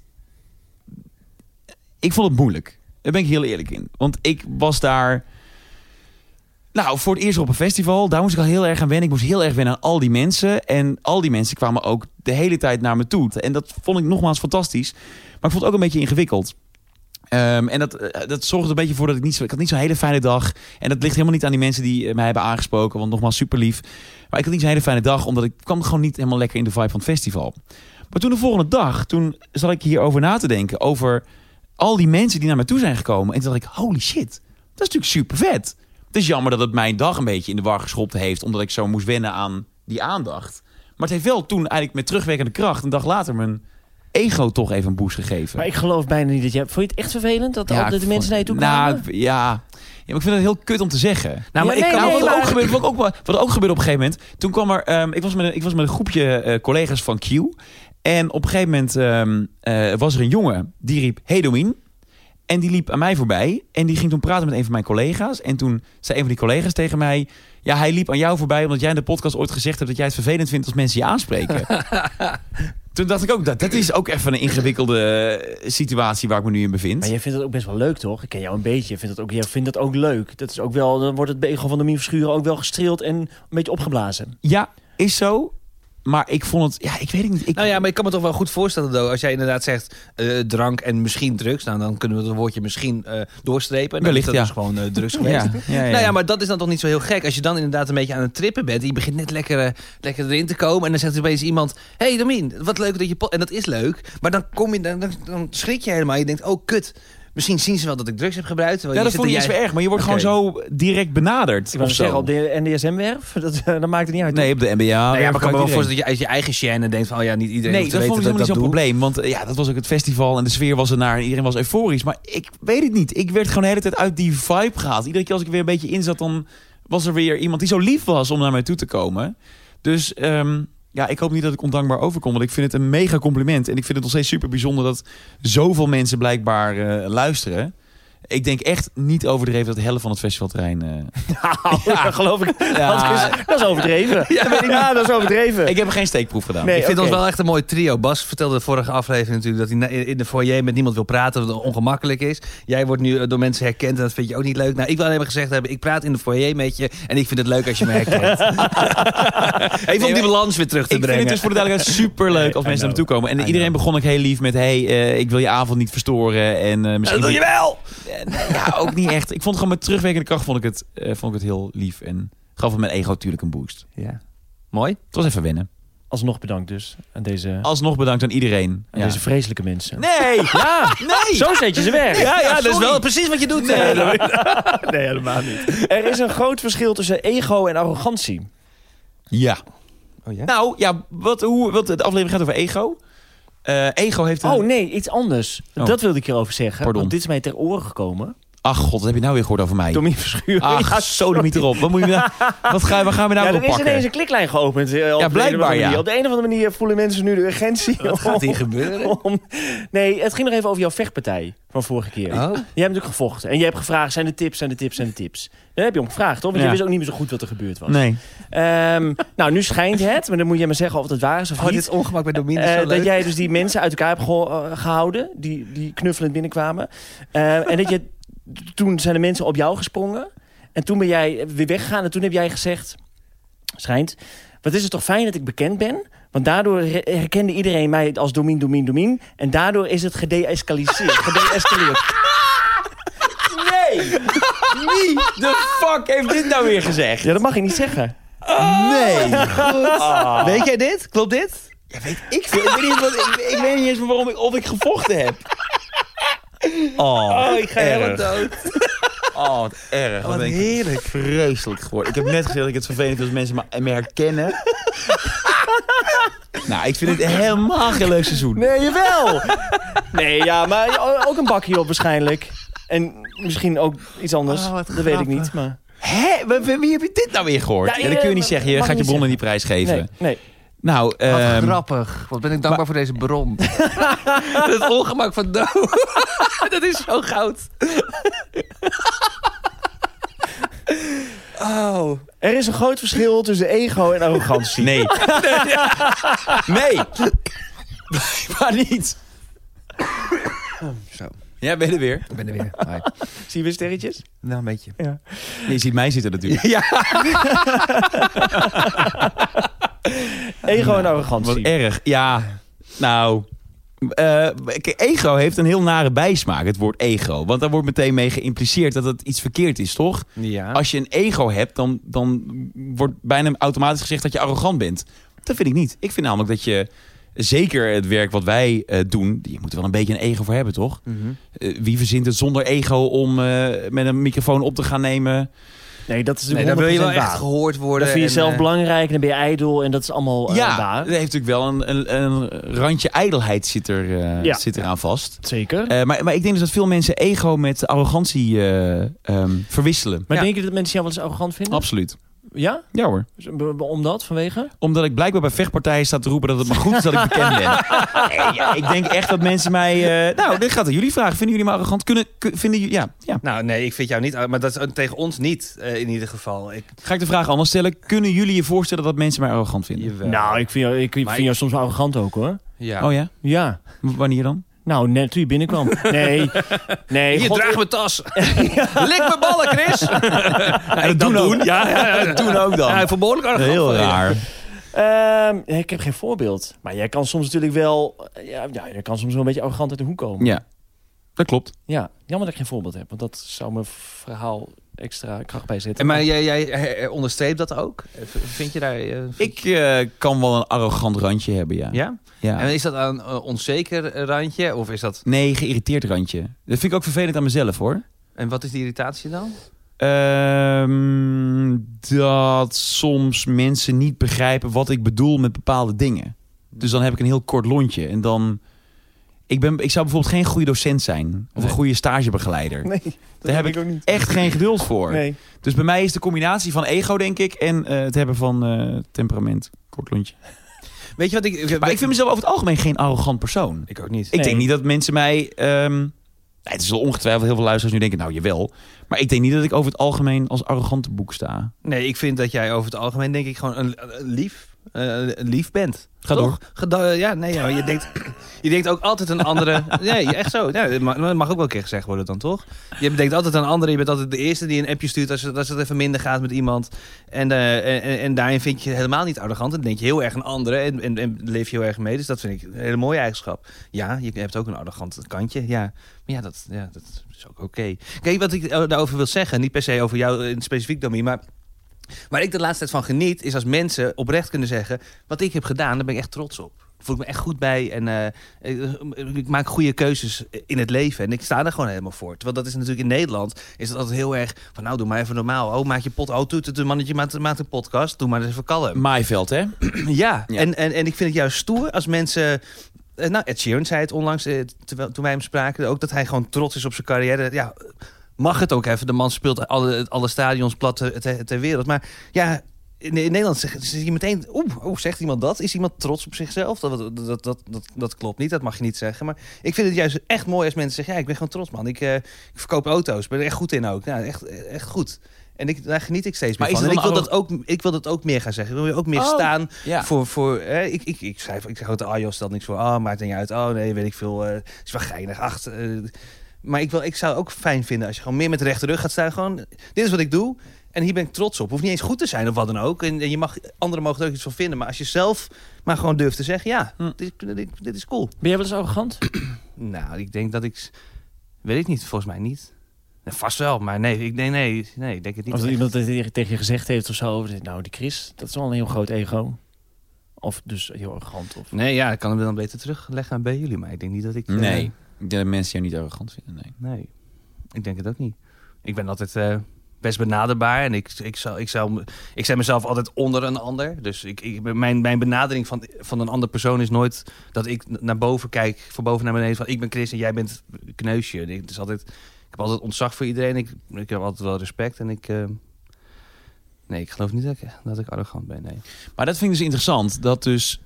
S1: Ik vond het moeilijk. Daar ben ik heel eerlijk in. Want ik was daar... Nou, voor het eerst op een festival, daar moest ik al heel erg aan wennen. Ik moest heel erg wennen aan al die mensen. En al die mensen kwamen ook de hele tijd naar me toe. En dat vond ik nogmaals fantastisch. Maar ik vond het ook een beetje ingewikkeld. Um, en dat, dat zorgde een beetje voor dat ik niet zo... Ik had niet zo'n hele fijne dag. En dat ligt helemaal niet aan die mensen die mij hebben aangesproken. Want nogmaals, super lief. Maar ik had niet zo'n hele fijne dag, omdat ik kwam gewoon niet helemaal lekker in de vibe van het festival. Maar toen de volgende dag, toen zat ik hierover na te denken. Over al die mensen die naar me toe zijn gekomen. En toen dacht ik, holy shit, dat is natuurlijk super vet. Het is jammer dat het mijn dag een beetje in de war geschopt heeft, omdat ik zo moest wennen aan die aandacht. Maar het heeft wel toen eigenlijk met terugwerkende kracht een dag later mijn ego toch even een boost gegeven.
S3: Maar ik geloof bijna niet dat jij... Vond je het echt vervelend dat
S1: Ja,
S3: altijd de mensen naar je toe
S1: nou,
S3: kwamen?
S1: ik- ja. ja, maar ik vind het heel kut om te zeggen.
S2: Nou, maar
S3: Ja,
S2: ik
S3: nee,
S2: kan
S3: nee,
S1: wat, er
S3: maar-
S1: ook gebeurde, wat, ook, wat er ook gebeurde op een gegeven moment. Toen kwam er... Um, ik, was met een, ik was met een groepje uh, collega's van Q. En op een gegeven moment um, uh, was er een jongen die riep... Hey Domien. En die liep aan mij voorbij. En die ging toen praten met een van mijn collega's. En toen zei een van die collega's tegen mij... Ja, hij liep aan jou voorbij omdat jij in de podcast ooit gezegd hebt... dat jij het vervelend vindt als mensen je aanspreken. Toen dacht ik ook, dat, dat is ook even een ingewikkelde situatie waar ik me nu in bevind.
S3: Maar jij vindt het ook best wel leuk, toch? Ik ken jou een beetje. Je vindt het ook, jij vindt dat ook leuk. Dat is ook wel, dan wordt het ego van Domien Verschuren ook wel gestreeld en een beetje opgeblazen.
S1: Ja, is zo. Maar ik vond het... Ja, ik weet het niet. Ik,
S2: Nou ja, maar ik kan me toch wel goed voorstellen, Do, als jij inderdaad zegt uh, drank en misschien drugs. Nou, dan kunnen we het woordje misschien uh, doorstrepen. Dan
S1: Wellicht,
S2: is dat
S1: ja.
S2: dus gewoon uh, drugs geweest.
S1: ja, ja, ja.
S2: Nou ja, maar dat is dan toch niet zo heel gek. Als je dan inderdaad een beetje aan het trippen bent... en je begint net lekker, uh, lekker erin te komen... en dan zegt er opeens iemand... Hé hey, Domien, wat leuk dat je... En dat is leuk. Maar dan, kom je, dan, dan schrik je helemaal. Je denkt, oh kut... Misschien zien ze wel dat ik drugs heb gebruikt.
S1: Ja, dat vond je eens weer erg. Maar je wordt
S2: Okay.
S1: gewoon zo direct benaderd.
S3: Ik wou
S1: of
S3: zeggen,
S1: zo.
S3: op de N D S M-werf, dat, dan maakt het niet uit.
S1: Nee, op de N B A.
S2: Nou ja, maar ik kan me wel
S1: iedereen.
S2: voorstellen dat je uit je eigen chaîne denkt van... oh ja, niet iedereen
S1: Nee,
S2: hoeft te
S1: dat vond ik
S2: weten
S1: helemaal niet
S2: dat
S1: zo'n
S2: ik dat doe.
S1: probleem. Want uh, ja, dat was ook het festival en de sfeer was er naar. En iedereen was euforisch. Maar ik weet het niet. Ik werd gewoon de hele tijd uit die vibe gehaald. Iedere keer als ik weer een beetje in zat, dan was er weer iemand die zo lief was om naar mij toe te komen. Dus um, ja, ik hoop niet dat ik ondankbaar overkom. Want ik vind het een mega compliment. En ik vind het nog steeds super bijzonder dat zoveel mensen blijkbaar uh, luisteren. Ik denk echt niet overdreven dat de helft van het festivalterrein... Uh...
S3: Nou, ja, dat geloof ik.
S1: Ja.
S3: Dat, is, dat is overdreven. Ja, ja, dat is overdreven.
S1: Ik heb er geen steekproef gedaan.
S3: Nee,
S2: Ik vind
S3: oké.
S2: ons wel echt een mooi trio. Bas vertelde de vorige aflevering natuurlijk... dat hij in de foyer met niemand wil praten, dat het ongemakkelijk is. Jij wordt nu door mensen herkend en dat vind je ook niet leuk. Nou, ik wil alleen maar gezegd hebben... ik praat in de foyer met je en ik vind het leuk als je me herkent. Even om die balans weer terug te
S1: Ik
S2: brengen.
S1: vind het dus voor de duidelijkheid super leuk als
S3: I
S1: mensen naar me
S3: know.
S1: toe komen. En
S3: I
S1: iedereen
S3: know.
S1: begon ik heel lief met... hey, uh, ik wil je avond niet verstoren. En uh, misschien...
S2: Dat doe je wel!
S1: Uh, nee, ja, ook niet echt. Ik vond het gewoon met terugwerkende kracht vond ik het, uh, vond ik het heel lief. En gaf het mijn ego natuurlijk een boost.
S2: Ja. Mooi.
S1: Het was even wennen.
S3: Alsnog bedankt dus aan deze,
S1: Alsnog bedankt aan iedereen.
S3: aan
S1: Ja.
S3: deze vreselijke mensen.
S1: Nee!
S3: Ja,
S1: Nee!
S3: zo zet je ze weg.
S1: Ja, ja,
S2: dat is
S1: sorry.
S2: wel precies wat je doet.
S1: Nee,
S2: eh.
S3: Nee, helemaal niet. Er is een groot verschil tussen ego en arrogantie.
S1: Ja.
S2: Oh ja?
S1: Nou, ja, wat, hoe, wat, de aflevering gaat over ego. Uh, ego heeft een...
S3: Oh nee, iets anders.
S1: Oh.
S3: Dat wilde ik hierover zeggen.
S1: Pardon.
S3: Want dit is mij ter oren gekomen.
S1: Ach god, wat heb je nou weer gehoord over mij?
S3: Domien Verschuren.
S1: Ach,
S3: Ja,
S1: sodemiet erop. Wat, moet je nou, wat gaan, waar gaan we nou
S3: Ja,
S1: op
S3: er is
S1: pakken?
S3: ineens een kliklijn geopend. eh, op de een of
S1: blijkbaar,
S3: andere manier.
S1: ja.
S3: Op de een of andere manier voelen mensen nu de urgentie.
S2: Wat gaat hier
S3: om-
S2: gebeuren?
S3: om- Nee, het ging nog even over jouw vechtpartij van vorige keer.
S2: Oh.
S3: Jij hebt natuurlijk gevochten. En je hebt gevraagd, zijn de tips, zijn de tips, zijn de tips. Daar heb je om gevraagd, toch? Want
S1: Ja.
S3: je wist ook niet meer zo goed wat er gebeurd was.
S1: Nee.
S3: Ehm, nou, nu schijnt het, maar dan moet je maar zeggen of het waar is of
S2: Oh,
S3: niet.
S2: dit ongemak bij Domien is
S3: Eh,
S2: zo
S3: dat
S2: leuk.
S3: jij dus die mensen uit elkaar hebt geho- eh, gehouden, die, die knuffelend binnenkwamen. Eh, en dat je, toen zijn de mensen op jou gesprongen. En toen ben jij weer weggegaan en toen heb jij gezegd, schijnt, wat is het toch fijn dat ik bekend ben? Want daardoor re- herkende iedereen mij als Domien, Domien, Domien. En daardoor is het gedeescaliseerd. gedeescaleerd.
S1: Nee! Wie de fuck heeft dit nou weer gezegd?
S3: Ja, dat mag je niet zeggen.
S1: Nee.
S2: Ah. Weet jij dit? Klopt dit?
S1: Ja, weet ik veel. Ik weet niet, wat, ik, ik weet niet eens waarom ik, of ik gevochten heb. Oh,
S2: Oh, ik ga helemaal
S1: erg.
S2: dood.
S1: Oh, wat erg.
S2: Wat
S1: ben ik
S2: heerlijk.
S1: Vreselijk geworden. Ik heb net gezegd dat ik het vervelend vind als mensen me, me herkennen. Nou, ik vind het helemaal geen leuk seizoen.
S3: Nee, jawel! Nee, ja, maar ook een bakje op waarschijnlijk. En misschien ook iets anders.
S2: Oh, wat
S3: dat weet ik
S2: grappig.
S3: niet, maar...
S1: Hè? Wie, wie heb je dit nou weer gehoord?
S3: Ja,
S1: Ja, dat kun je niet
S3: eh,
S1: zeggen. Je
S3: mag
S1: gaat je
S3: niet
S1: bronnen niet prijsgeven.
S3: Nee, nee.
S1: Nou,
S2: Wat
S1: ehm,
S2: grappig. Wat ben ik dankbaar voor deze bron. Het ongemak van Do. Dat is zo goud. Oh.
S3: Er is een groot verschil tussen ego en arrogantie.
S1: nee. Nee. Maar niet.
S2: Zo.
S1: Ja, ben je er weer?
S2: Ik ben er weer. Hi.
S3: Zie je weer sterretjes?
S2: Nou, een beetje.
S3: Ja.
S1: Je ziet mij zitten natuurlijk.
S2: Ja.
S3: Ego en arrogantie.
S1: Wat erg. Ja, nou... Uh, ego heeft een heel nare bijsmaak, het woord ego. Want daar wordt meteen mee geïmpliceerd dat het iets verkeerd is, toch?
S2: Ja.
S1: Als je een ego hebt, dan, dan wordt bijna automatisch gezegd dat je arrogant bent. Dat vind ik niet. Ik vind namelijk dat je, zeker het werk wat wij uh, doen... je moet er wel een beetje een ego voor hebben, toch?
S2: Mm-hmm.
S1: Uh, wie verzint het zonder ego om uh, met een microfoon op te gaan nemen...
S3: Nee, dat is
S2: nee,
S3: dan
S2: wil je wel
S3: waar.
S2: echt gehoord worden.
S3: Dan vind je
S2: en,
S3: jezelf
S2: uh,
S3: belangrijk en dan ben je ijdel en dat is allemaal uh,
S1: ja,
S3: waar.
S1: er heeft natuurlijk wel een, een, een randje ijdelheid zit, er, uh,
S3: Ja.
S1: zit eraan vast.
S3: Zeker.
S1: Uh, maar, maar ik denk dus dat veel mensen ego met arrogantie uh, um, verwisselen.
S3: Maar
S2: ja.
S3: denk je dat mensen jou wel eens arrogant vinden?
S1: Absoluut.
S3: Ja?
S1: Ja hoor.
S3: Omdat? Vanwege?
S1: Omdat ik blijkbaar bij vechtpartijen sta te roepen dat het maar goed is dat ik bekend ben. Nee, ja, ik denk echt dat mensen mij... Uh, nou, dit gaat aan jullie vragen. Vinden jullie me arrogant? Kunnen, kun, vinden jullie... Ja, ja.
S2: Nou, nee, ik vind jou niet... Maar dat is tegen ons niet, uh, in ieder geval. Ik,
S1: Ga ik de vraag anders stellen. Kunnen jullie je voorstellen dat mensen mij arrogant vinden?
S2: jawel.
S3: Nou, ik vind jou, ik vind
S2: Maar
S3: jou
S2: ik-
S3: soms wel arrogant ook hoor.
S2: Ja.
S1: Oh ja?
S3: Ja.
S1: W- wanneer dan?
S3: Nou, net toen je binnenkwam. Nee. Nee.
S2: Hier,
S3: God,
S2: draag mijn tas. Lik mijn ballen, Chris.
S1: En dat doen? Ja, ja, ja, dat doen ook dan.
S2: Ja, ik vond behoorlijk arrogant
S1: Heel
S2: van je.
S1: raar.
S3: Ehm, ik heb geen voorbeeld. Maar jij kan soms natuurlijk wel... Ja, ja, jij kan soms wel een beetje arrogant uit de hoek komen.
S1: Ja, dat klopt.
S3: Ja, jammer dat ik geen voorbeeld heb. Want dat zou mijn verhaal extra kracht bij zetten.
S2: En maar jij, jij eh, onderstreept dat ook? Vind je daar... Uh,
S1: Ik uh, kan wel een arrogant randje hebben, ja.
S2: Ja?
S1: ja.
S2: En is dat een uh, onzeker randje? Of is dat...
S1: Nee, geïrriteerd randje. Dat vind ik ook vervelend aan mezelf, hoor.
S2: En wat is die irritatie dan?
S1: Um, dat soms mensen niet begrijpen wat ik bedoel met bepaalde dingen. Dus dan heb ik een heel kort lontje. En dan... Ik, ben, ik zou bijvoorbeeld geen goede docent zijn. Of
S2: Nee.
S1: een goede stagebegeleider.
S3: Nee, dat
S1: Daar heb ik
S3: ook niet.
S1: echt geen geduld voor.
S3: Nee.
S1: Dus bij mij is de combinatie van ego, denk ik... en uh, het hebben van uh, temperament. Kort lontje.
S2: Weet je wat ik...
S1: Maar ik vind mezelf over het algemeen geen arrogant persoon.
S2: Ik ook niet.
S1: Ik
S3: Nee.
S1: denk niet dat mensen mij... Um, nee, het is wel ongetwijfeld heel veel luisteraars nu denken... nou, jawel. Maar ik denk niet dat ik over het algemeen als arrogante boek sta.
S2: Nee, ik vind dat jij over het algemeen denk ik gewoon een, een lief, uh, een lief bent.
S1: Ga
S2: Toch?
S1: door.
S2: Geda- ja, nee, ja, je denkt, je denkt ook altijd een andere. Nee, echt zo. Ja, dat mag, dat mag ook wel een keer gezegd worden dan, toch? Je denkt altijd aan anderen. Je bent altijd de eerste die een appje stuurt als het, als het even minder gaat met iemand. En, uh, en, en daarin vind je helemaal niet arrogant. Dan denk je heel erg aan anderen en, en, en leef je heel erg mee. Dus dat vind ik een hele mooie eigenschap. Ja, je hebt ook een arrogant kantje. Ja, maar ja, dat, ja, dat is ook oké. Okay. Kijk, wat ik daarover wil zeggen, niet per se over jou in specifiek, Domi, maar waar ik de laatste tijd van geniet, is als mensen oprecht kunnen zeggen, wat ik heb gedaan, daar ben ik echt trots op. Ik voel me echt goed bij en uh, ik maak goede keuzes in het leven. En ik sta er gewoon helemaal voor. Terwijl dat is natuurlijk in Nederland, is het altijd heel erg van, nou, doe maar even normaal. Oh, maak je pot, oh, doet het een mannetje, maakt, maakt een podcast. Doe maar eens even kalm.
S1: Maaiveld, hè?
S2: Ja,
S1: Ja.
S2: En, en, en ik vind het juist stoer als mensen... Uh, nou, Ed Sheeran zei het onlangs, uh, terwijl, toen wij hem spraken, ook dat hij gewoon trots is op zijn carrière. Ja, mag het ook even. De man speelt alle, alle stadions plat ter, ter wereld. Maar ja, in, in Nederland zeg, zeg je meteen... Oeh, oh, zegt iemand dat? Is iemand trots op zichzelf? Dat, dat, dat, dat, dat, dat klopt niet, dat mag je niet zeggen. Maar ik vind het juist echt mooi als mensen zeggen... Ja, ik ben gewoon trots, man. Ik, uh, ik verkoop auto's. Ik ben er echt goed in ook. Ja, echt, echt goed. En ik, daar geniet ik steeds meer
S1: Maar
S2: van.
S1: is
S2: En
S1: het
S2: ik wil,
S1: dan
S2: dat ook, ik wil dat ook meer gaan zeggen. Ik wil ook meer
S1: Oh,
S2: staan
S1: ja.
S2: voor... voor eh, ik, ik, ik schrijf, ik zeg ook, ah joh, stelt niks voor. Ah, maakt het niet uit. Oh nee, weet ik veel. Uh, is wel geinig. Ach, uh, maar ik, wil, ik zou ook fijn vinden als je gewoon meer met de rechte rug gaat staan. Gewoon, dit is wat ik doe. En hier ben ik trots op. Hoeft niet eens goed te zijn of wat dan ook. En, en je mag, anderen mogen er ook iets van vinden. Maar als je zelf maar gewoon durft te zeggen... Ja,
S1: Hm.
S2: dit, dit, dit is cool.
S3: Ben jij wel eens arrogant?
S2: Nou, ik denk dat ik... Weet ik niet, volgens mij niet. Nee, vast wel, maar nee, ik, nee, nee, nee, ik denk het niet.
S3: Als er
S2: echt.
S3: iemand het tegen je gezegd heeft of zo. Nou, die Chris, dat is wel een heel groot ego. Of dus heel arrogant. Of...
S2: Nee, ja, ik kan hem dan beter terugleggen bij jullie. Maar ik denk niet dat ik... uh,
S1: Nee. Ik denk dat mensen jou niet arrogant vinden, nee.
S2: Nee, ik denk het ook niet. Ik ben altijd uh, best benaderbaar. En ik, ik, zou, ik, zou, ik zet mezelf altijd onder een ander. Dus ik, ik, mijn, mijn benadering van, van een andere persoon is nooit... dat ik naar boven kijk, van boven naar beneden... van ik ben Chris en jij bent Kneusje. Het is altijd... Ik heb altijd ontzag voor iedereen. Ik, ik heb altijd wel respect. En ik... Uh, nee, ik geloof niet dat ik, dat ik arrogant ben, nee.
S1: Maar dat vind ik dus interessant. Dat dus...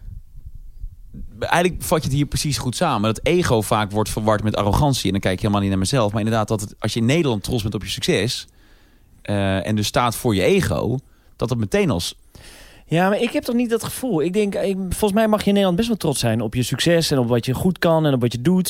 S1: Eigenlijk vat je het hier precies goed samen. Dat ego vaak wordt verward met arrogantie. En dan kijk je helemaal niet naar mezelf. Maar inderdaad, dat het, als je in Nederland trots bent op je succes... Uh, en dus staat voor je ego... dat dat meteen als...
S3: Ja, maar ik heb toch niet dat gevoel. Ik denk, ik, volgens mij mag je in Nederland best wel trots zijn op je succes... en op wat je goed kan en op wat je doet...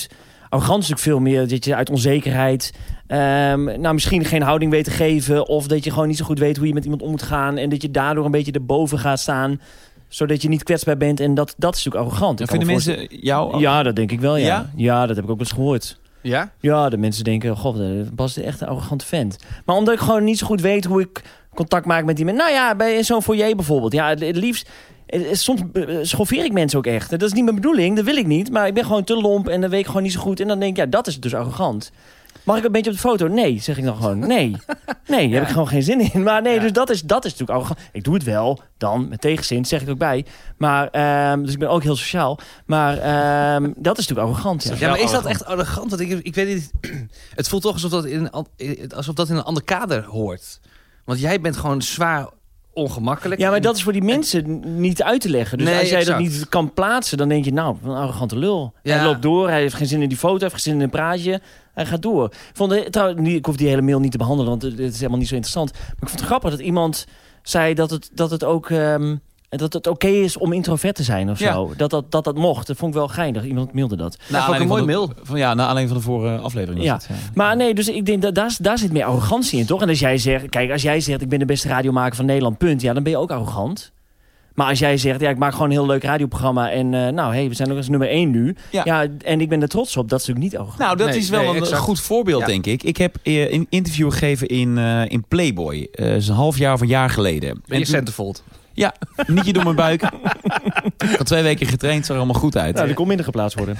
S3: Arrogant is natuurlijk veel meer dat je uit onzekerheid... Um, nou, misschien geen houding weet te geven... of dat je gewoon niet zo goed weet hoe je met iemand om moet gaan... en dat je daardoor een beetje erboven gaat staan... zodat je niet kwetsbaar bent. En dat, dat is natuurlijk arrogant.
S1: Ja, vinden mensen jou...
S3: Ja, dat denk ik wel, ja.
S1: Ja?
S3: Ja, dat heb ik ook wel eens gehoord.
S2: Ja?
S3: Ja, de mensen denken... God, Bas is echt een arrogante vent. Maar omdat ik gewoon niet zo goed weet hoe ik contact maak met die mensen... Nou ja, bij zo'n foyer bijvoorbeeld. Ja, het liefst... Soms schoffeer ik mensen ook echt. Dat is niet mijn bedoeling, dat wil ik niet. Maar ik ben gewoon te lomp en dan weet ik gewoon niet zo goed. En dan denk ik, ja, dat is dus arrogant. Mag ik een beetje op de foto? Nee, zeg ik dan gewoon. Nee, nee, daar ja. heb ik gewoon geen zin in. Maar nee, ja. dus dat is, dat is natuurlijk arrogant. Ik doe het wel, dan, met tegenzin, zeg ik ook bij. Maar, um, dus ik ben ook heel sociaal. Maar um, dat is natuurlijk arrogant. Ja,
S2: ja maar is dat echt arrogant? Want ik, ik weet niet, het voelt toch alsof dat, in een, alsof dat in een ander kader hoort. Want jij bent gewoon zwaar... ongemakkelijk.
S3: Ja, maar dat is voor die mensen niet uit te leggen. Dus nee, als jij exact. dat niet kan plaatsen, dan denk je... nou, een arrogante lul. Ja. Hij loopt door, hij heeft geen zin in die foto... hij heeft geen zin in een praatje, hij gaat door. Ik, vond het, trouw, ik hoef die hele mail niet te behandelen... want het is helemaal niet zo interessant. Maar ik vond het grappig dat iemand zei dat het, dat het ook... Um, dat het oké okay is om introvert te zijn of ja. zo. Dat dat, dat dat mocht. Dat vond ik wel geinig. Iemand mailde dat.
S1: Nou,
S3: dat
S1: een mooi
S3: de,
S1: mail. Van, ja, na alleen van de vorige aflevering.
S3: Ja.
S1: Was het, ja.
S3: Maar nee, dus ik denk dat daar, daar zit meer arrogantie in, toch? En als jij zegt, kijk, als jij zegt... ik ben de beste radiomaker van Nederland, punt. Ja, dan ben je ook arrogant. Maar als jij zegt, ja, ik maak gewoon een heel leuk radioprogramma... en uh, nou, hey, we zijn ook eens nummer één nu. Ja. ja, en ik ben er trots op. Dat is natuurlijk niet arrogant.
S1: Nou, dat
S2: nee,
S1: is wel
S2: nee,
S1: een
S2: exact.
S1: goed voorbeeld, ja. denk ik. Ik heb uh, een interview gegeven in, uh, in Playboy. Uh, dat is een half jaar of een jaar geleden.
S2: Ben je centerfold?
S1: Ja, nietje door mijn buik. Ik had twee weken getraind, zag er allemaal goed uit.
S3: Nou, die kon minder geplaatst worden.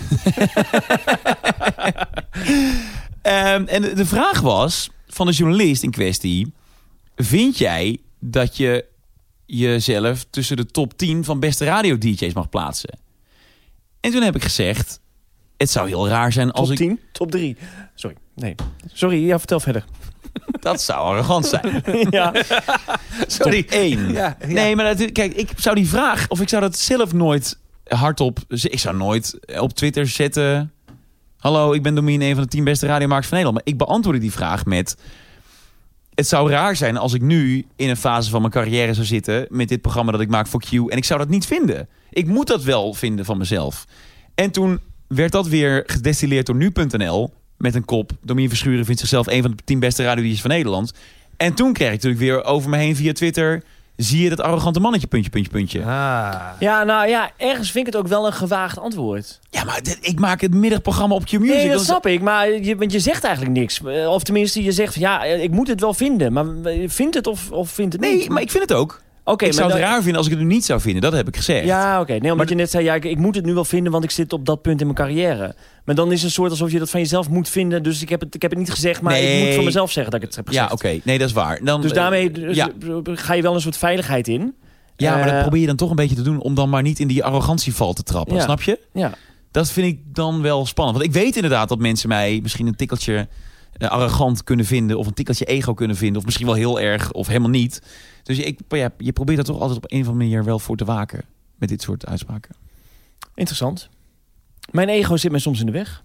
S1: um, en de, de vraag was van de journalist in kwestie... vind jij dat je jezelf tussen de top tien van beste radio-D J's mag plaatsen? En toen heb ik gezegd... het zou heel raar zijn als
S3: top
S1: ik...
S3: tien? Top drie? Sorry, nee. Sorry, ja, vertel verder.
S1: Dat zou arrogant zijn.
S3: Ja.
S1: Sorry. Top één. Ja, ja. Nee, maar dat, kijk, ik zou die vraag... of ik zou dat zelf nooit hardop... ik zou nooit op Twitter zetten... hallo, ik ben Domien, een van de tien beste radiomakers van Nederland. Maar ik beantwoordde die vraag met... het zou raar zijn als ik nu in een fase van mijn carrière zou zitten... met dit programma dat ik maak voor Q... en ik zou dat niet vinden. Ik moet dat wel vinden van mezelf. En toen werd dat weer gedestilleerd door nu punt n l... met een kop. Domien Verschuren vindt zichzelf een van de tien beste radiodj's van Nederland. En toen kreeg ik natuurlijk weer over me heen via Twitter... zie je dat arrogante mannetje, puntje, puntje, puntje.
S3: Ah. Ja, nou ja, ergens vind ik het ook wel een gewaagd antwoord.
S1: Ja, maar dit, ik maak het middagprogramma op Q-Music.
S3: Nee, dat snap ik. Maar je, want je zegt eigenlijk niks. Of tenminste, je zegt van ja, ik moet het wel vinden. Maar vindt het of, of vindt het niet?
S1: Nee, maar ik vind het ook.
S3: Okay,
S1: ik zou het
S3: dan...
S1: raar vinden als ik het nu niet zou vinden. Dat heb ik gezegd.
S3: Ja, oké. Okay. Nee, omdat
S1: maar
S3: je net zei, ja, ik, ik moet het nu wel vinden... want ik zit op dat punt in mijn carrière. Maar dan is het een soort alsof je dat van jezelf moet vinden. Dus ik heb het, ik heb het niet gezegd, maar nee. ik moet van mezelf zeggen dat ik het heb gezegd.
S1: Ja, oké. Okay. Nee, dat is waar. Dan,
S3: dus daarmee dus ja. ga je wel een soort veiligheid in.
S1: Ja, maar uh, dat probeer je dan toch een beetje te doen... om dan maar niet in die arrogantieval te trappen. Ja. Snap je?
S3: Ja.
S1: Dat vind ik dan wel spannend. Want ik weet inderdaad dat mensen mij misschien een tikkeltje... Uh, arrogant kunnen vinden of een tikkeltje ego kunnen vinden... of misschien wel heel erg of helemaal niet. Dus ik, ja, je probeert er toch altijd op een of andere manier wel voor te waken... met dit soort uitspraken.
S3: Interessant. Mijn ego zit mij soms in de weg.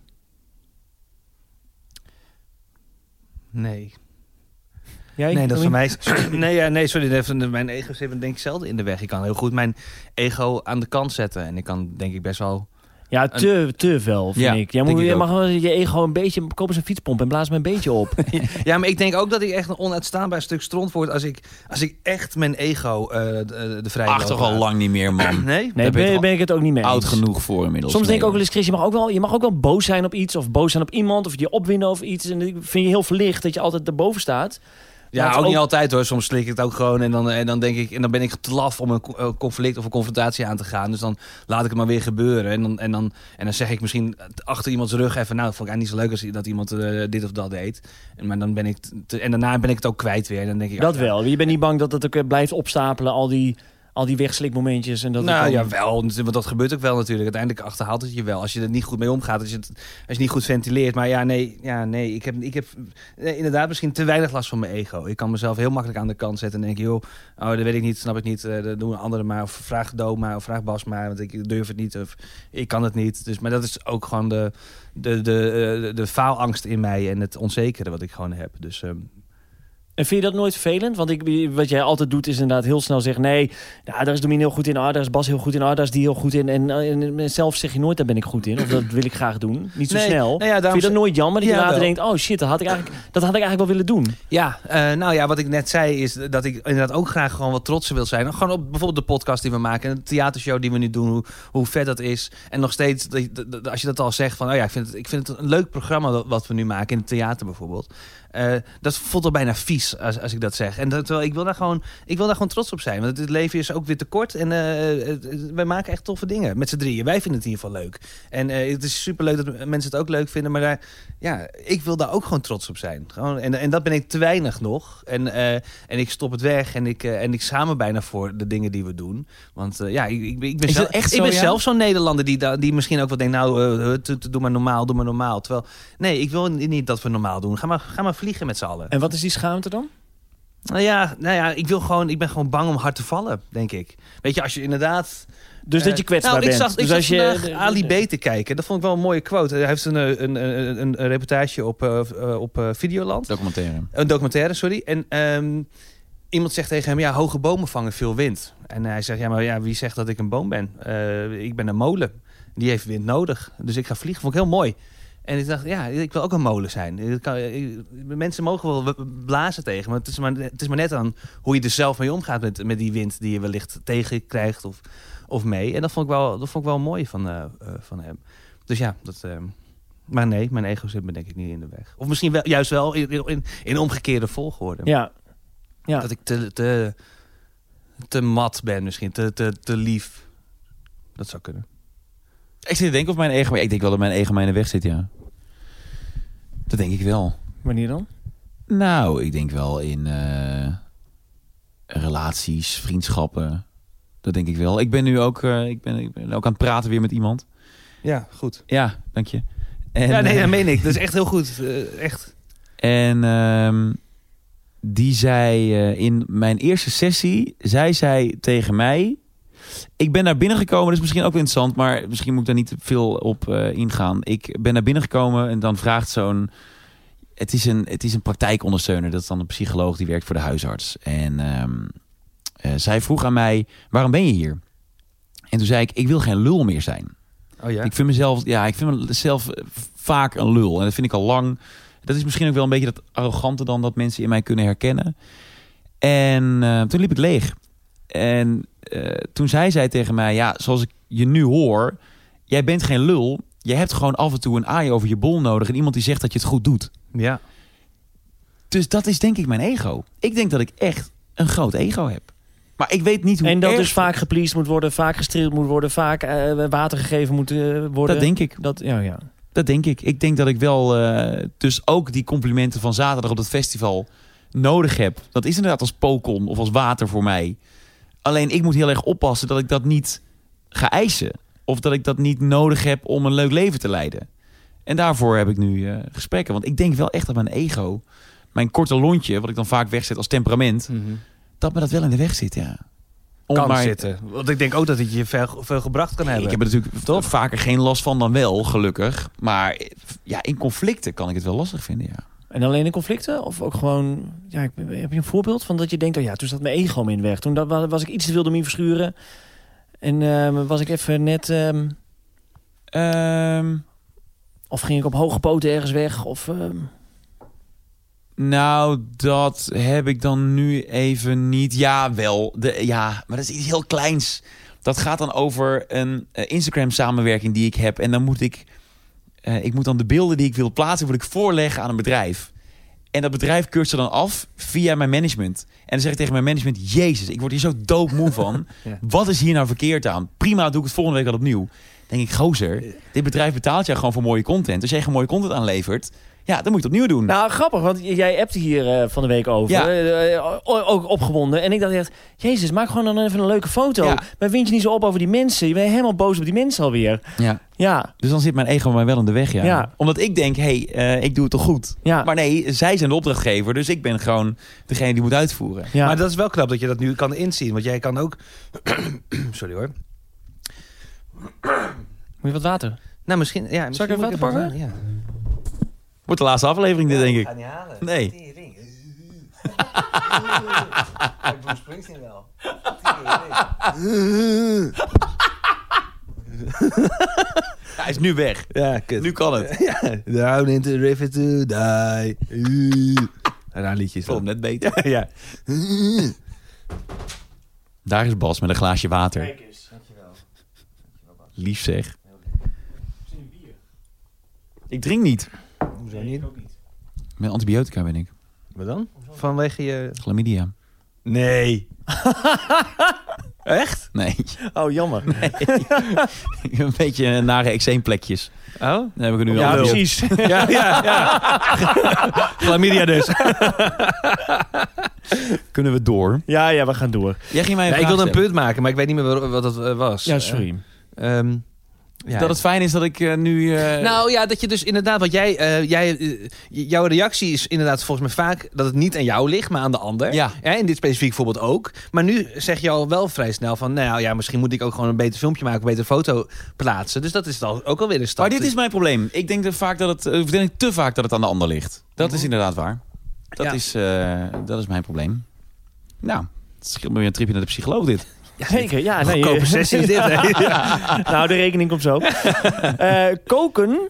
S2: Nee.
S3: Jij,
S2: nee, dat is voor mij... Nee, ja, nee, sorry. Mijn ego zit me denk ik zelden in de weg. Ik kan heel goed mijn ego aan de kant zetten. En ik kan denk ik best wel...
S3: Ja, te, te veel, vind
S1: ja,
S3: ik. Jij moet, je mag wel je ego een beetje... Koop eens een fietspomp en blaas me een beetje op.
S2: Ja, maar ik denk ook dat ik echt een onuitstaanbaar stuk stront word... als ik, als ik echt mijn ego uh, de, de vrije
S1: Ach, toch al lang niet meer, man.
S2: Nee?
S3: Nee, ben, ben, ben ik het ook niet mee
S1: oud
S3: eens.
S1: genoeg voor inmiddels.
S3: Soms denk ik ook wel eens, Chris, je mag ook wel, je mag ook wel boos zijn op iets... of boos zijn op iemand, of je opwinden over iets. En ik vind je heel verlicht dat je altijd erboven staat...
S2: Ja, ook, ook niet altijd hoor. Soms slik ik het ook gewoon en dan, en dan denk ik... en dan ben ik te laf om een conflict of een confrontatie aan te gaan. Dus dan laat ik het maar weer gebeuren. En dan, en dan, en dan zeg ik misschien achter iemands rug even... nou, dat vond ik eigenlijk niet zo leuk als dat iemand uh, dit of dat deed. En, maar dan ben ik te, en daarna ben ik het ook kwijt weer. En dan denk ik,
S3: dat
S2: ach,
S3: wel. Je bent niet bang dat het ook blijft opstapelen, al die... Al die wegslikmomentjes. En dat
S2: nou
S3: ja,
S2: dan... wel. Want dat gebeurt ook wel natuurlijk. Uiteindelijk achterhaalt het je wel. Als je er niet goed mee omgaat. Als je het, als je niet goed ventileert. Maar ja, nee. Ja, nee ik heb, ik heb nee, inderdaad misschien te weinig last van mijn ego. Ik kan mezelf heel makkelijk aan de kant zetten. En denk, joh, oh, dat weet ik niet. Snap ik niet. Uh, dat doen we anderen maar. Of vraag Do maar. Of vraag Bas maar. Want ik durf het niet. Of ik kan het niet. Dus, maar dat is ook gewoon de, de, de, de, de faalangst in mij. En het onzekere wat ik gewoon heb. Dus... Um,
S3: En vind je dat nooit vervelend? Want ik, wat jij altijd doet is inderdaad heel snel zeggen... nee, nou, daar is Domien heel goed in, ah, daar is Bas heel goed in... ah, daar is die heel goed in. En, en, en zelf zeg je nooit, daar ben ik goed in. Of dat wil ik graag doen. Niet zo
S2: Nee,
S3: snel.
S2: nou ja,
S3: vind je dat nooit jammer? Dat je
S2: Ja,
S3: later
S2: wel.
S3: denkt, oh shit, dat had, ik eigenlijk, dat had ik eigenlijk wel willen doen.
S2: Ja, uh, nou ja, wat ik net zei is dat ik inderdaad ook graag gewoon wat trotser wil zijn. Gewoon op bijvoorbeeld de podcast die we maken en de theatershow die we nu doen, hoe, hoe vet dat is. En nog steeds, als je dat al zegt van, oh ja, ik vind het, ik vind het een leuk programma wat we nu maken in het theater bijvoorbeeld. Uh, dat voelt al bijna vies als, als ik dat zeg. En dat, terwijl ik wil daar gewoon, ik wil daar gewoon trots op zijn. Want het leven is ook weer te kort. En uh, wij maken echt toffe dingen met z'n drieën. Wij vinden het in ieder geval leuk. En uh, het is superleuk dat mensen het ook leuk vinden. Maar daar, ja, ik wil daar ook gewoon trots op zijn. Gewoon, en, en dat ben ik te weinig nog. En, uh, en ik stop het weg. En ik, uh, en ik schaam me bijna voor de dingen die we doen. Want uh, ja, ik, ik, ik ben, zelf,
S1: echt
S2: ik
S1: zo,
S2: ben
S1: ja?
S2: zelf zo'n Nederlander die, die misschien ook wel denkt... nou, uh, t, t, doe maar normaal, doe maar normaal. Terwijl, nee, ik wil niet dat we normaal doen. Ga maar, ga maar vliegen met z'n allen.
S3: En wat is die schaamte dan?
S2: Nou ja, nou ja, ik wil gewoon, ik ben gewoon bang om hard te vallen, denk ik. Weet je, als je inderdaad...
S3: Dus
S2: uh,
S3: dat je kwetsbaar
S2: nou,
S3: bent.
S2: Ik zag,
S3: dus
S2: ik
S3: als
S2: zag
S3: je
S2: vandaag Ali B te kijken. Dat vond ik wel een mooie quote. Hij heeft een, een, een, een, een reportage op, uh, op uh, Videoland.
S1: Documentaire.
S2: Een documentaire, sorry. En um, iemand zegt tegen hem, ja, hoge bomen vangen veel wind. En hij zegt, ja, maar ja, wie zegt dat ik een boom ben? Uh, ik ben een molen. Die heeft wind nodig. Dus ik ga vliegen. Vond ik heel mooi. En ik dacht, ja, ik wil ook een molen zijn. Ik kan, ik, mensen mogen wel blazen tegen, maar het is maar, het is maar net aan hoe je er zelf mee omgaat met, met die wind die je wellicht tegenkrijgt of, of mee. En dat vond ik wel, dat vond ik wel mooi van, uh, uh, van hem. Dus ja, dat, uh, maar nee, mijn ego zit me denk ik niet in de weg. Of misschien wel, juist wel in, in, in omgekeerde volgorde.
S3: Ja. Ja.
S2: Dat ik te, te, te mat ben misschien, te, te, te lief. Dat zou kunnen.
S1: Ik zit te denken of mijn ego... Ik denk wel dat mijn ego mij in de weg zit, ja. Dat denk ik wel.
S3: Wanneer dan?
S1: Nou, ik denk wel in uh, relaties, vriendschappen. Dat denk ik wel. Ik ben nu ook, uh, ik ben, ik ben ook aan het praten weer met iemand.
S2: Ja, goed.
S1: Ja, dank je. En,
S2: ja, nee,
S1: uh,
S2: dat meen ik. Dat is echt heel goed. Uh, echt.
S1: En uh, die zei uh, in mijn eerste sessie... Zij zei tegen mij... Ik ben naar binnen gekomen, dat is misschien ook wel interessant... maar misschien moet ik daar niet te veel op uh, ingaan. Ik ben naar binnen gekomen en dan vraagt zo'n... Het is, een, het is een praktijkondersteuner. Dat is dan een psycholoog die werkt voor de huisarts. En um, uh, zij vroeg aan mij, waarom ben je hier? En toen zei ik, ik wil geen lul meer zijn.
S2: Oh ja?
S1: Ik vind mezelf, ja, ik vind mezelf vaak een lul. En dat vind ik al lang. Dat is misschien ook wel een beetje dat arrogante dan... dat mensen in mij kunnen herkennen. En uh, toen liep ik leeg. En uh, toen zei zij tegen mij... ja, zoals ik je nu hoor... jij bent geen lul. Je hebt gewoon af en toe een aai over je bol nodig... en iemand die zegt dat je het goed doet.
S2: Ja.
S1: Dus dat is denk ik mijn ego. Ik denk dat ik echt een groot ego heb. Maar ik weet niet hoe...
S3: En dat
S1: erg...
S3: dus vaak gepleased moet worden... vaak gestreeld moet worden... vaak uh, water gegeven moet uh, worden.
S1: Dat denk ik.
S3: Dat, ja, ja.
S1: Dat denk ik. Ik denk dat ik wel uh, dus ook die complimenten van zaterdag op het festival nodig heb. Dat is inderdaad als pokon of als water voor mij. Alleen ik moet heel erg oppassen dat ik dat niet ga eisen. Of dat ik dat niet nodig heb om een leuk leven te leiden. En daarvoor heb ik nu uh, gesprekken. Want ik denk wel echt dat mijn ego, mijn korte lontje, wat ik dan vaak wegzet als temperament,
S2: Mm-hmm.
S1: dat me dat wel in de weg zit, ja. Om
S2: Kan
S1: maar...
S2: zitten. Want ik denk ook dat het je veel, veel gebracht kan hebben.
S1: Ik heb er natuurlijk toch vaker geen last van dan wel, gelukkig. Maar ja, in conflicten kan ik het wel lastig vinden, ja.
S3: En alleen in conflicten? Of ook gewoon... Ja, ik, heb je een voorbeeld van dat je denkt... oh ja, toen zat mijn ego me in de weg. Toen dat, was ik iets te veel door me verschuren. En uh, was ik even net... Um...
S1: Um...
S3: Of ging ik op hoge poten ergens weg? Of... Um...
S1: Nou, dat heb ik dan nu even niet. Ja, wel. De, ja, maar dat is iets heel kleins. Dat gaat dan over een uh, Instagram-samenwerking die ik heb. En dan moet ik... Uh, ik moet dan de beelden die ik wil plaatsen... moet ik voorleggen aan een bedrijf. En dat bedrijf keurt ze dan af via mijn management. En dan zeg ik tegen mijn management... Jezus, ik word hier zo doodmoe van.
S2: Ja.
S1: Wat is hier nou verkeerd aan? Prima, doe ik het volgende week al opnieuw. Dan denk ik, gozer, dit bedrijf betaalt jou gewoon voor mooie content. Als jij geen mooie content aanlevert... ja, dan moet je het opnieuw doen.
S3: Nou, grappig, want jij appte hier uh, van de week over.
S1: Ja.
S3: Uh, uh, ook opgewonden. En ik dacht echt, jezus, maak gewoon dan even een leuke foto.
S1: Ja.
S3: Maar wind je niet zo op over die mensen. Je bent helemaal boos op die mensen alweer.
S1: Ja.
S3: Ja.
S1: Dus dan zit mijn ego mij wel in de weg, ja.
S3: Ja.
S1: Omdat ik denk, hé, hey, uh, ik doe het toch goed?
S3: Ja.
S1: Maar nee, zij zijn de opdrachtgever. Dus ik ben gewoon degene die moet uitvoeren.
S3: Ja.
S2: Maar dat is wel knap dat je dat nu kan inzien. Want jij kan ook... Sorry hoor.
S3: Moet je wat water?
S2: Nou, misschien... Ja,
S3: Zal ik even
S2: misschien
S3: water
S2: moet
S3: pakken?
S2: Ja.
S1: Wordt de laatste aflevering dit, denk ik.
S2: Ga niet halen.
S1: Nee.
S2: Tering. Bruce Springsteen wel.
S1: Hij is nu weg.
S2: Ja, kut.
S1: Nu kan het.
S2: Ja. Down in the river to die. Uh. Raar liedje is
S1: Vond
S2: dat.
S1: hem net beter.
S2: Ja.
S1: Daar is Bas met een glaasje water.
S3: Kijk eens. Dankjewel.
S1: Lief zeg. Ik drink niet.
S2: Hoezo niet?
S1: Met antibiotica ben ik.
S2: Wat dan? Vanwege je...
S1: Chlamydia.
S2: Nee. Echt?
S1: Nee.
S3: Oh, jammer.
S1: Ik heb een beetje nare eczeemplekjes.
S2: Oh?
S1: Dan heb ik er nu
S3: Ja,
S1: al.
S3: precies.
S2: Ja, ja, ja. Chlamydia dus.
S1: Kunnen we door?
S3: Ja, ja, we gaan door.
S1: Jij ging mij een
S2: Ja, ik
S1: vraag
S2: wilde een
S1: stellen.
S2: punt maken, maar ik weet niet meer wat, wat het uh, was.
S3: Ja, sorry.
S2: Uh, um, ja.
S1: Dat het fijn is dat ik uh, nu... Uh...
S2: Nou ja, dat je dus inderdaad, wat jij, uh, jij uh, jouw reactie is inderdaad volgens mij vaak dat het niet aan jou ligt, maar aan de ander.
S1: Ja.
S2: Ja, in dit specifiek voorbeeld ook. Maar nu zeg je al wel vrij snel van, nou ja, misschien moet ik ook gewoon een beter filmpje maken, een betere foto plaatsen. Dus dat is dan ook alweer een stap.
S1: Maar dit is mijn probleem. Ik denk, dat vaak dat het, of ik denk te vaak dat het aan de ander ligt. Dat is inderdaad waar. Dat,
S2: Ja.
S1: is, uh, dat is mijn probleem. Nou, het scheelt me weer een tripje naar de psycholoog dit.
S2: Ja,
S3: Zeker, ja. Nee,
S2: Goedkope sessie is dit, hè?
S3: ja. Nou, de rekening komt zo. Uh, koken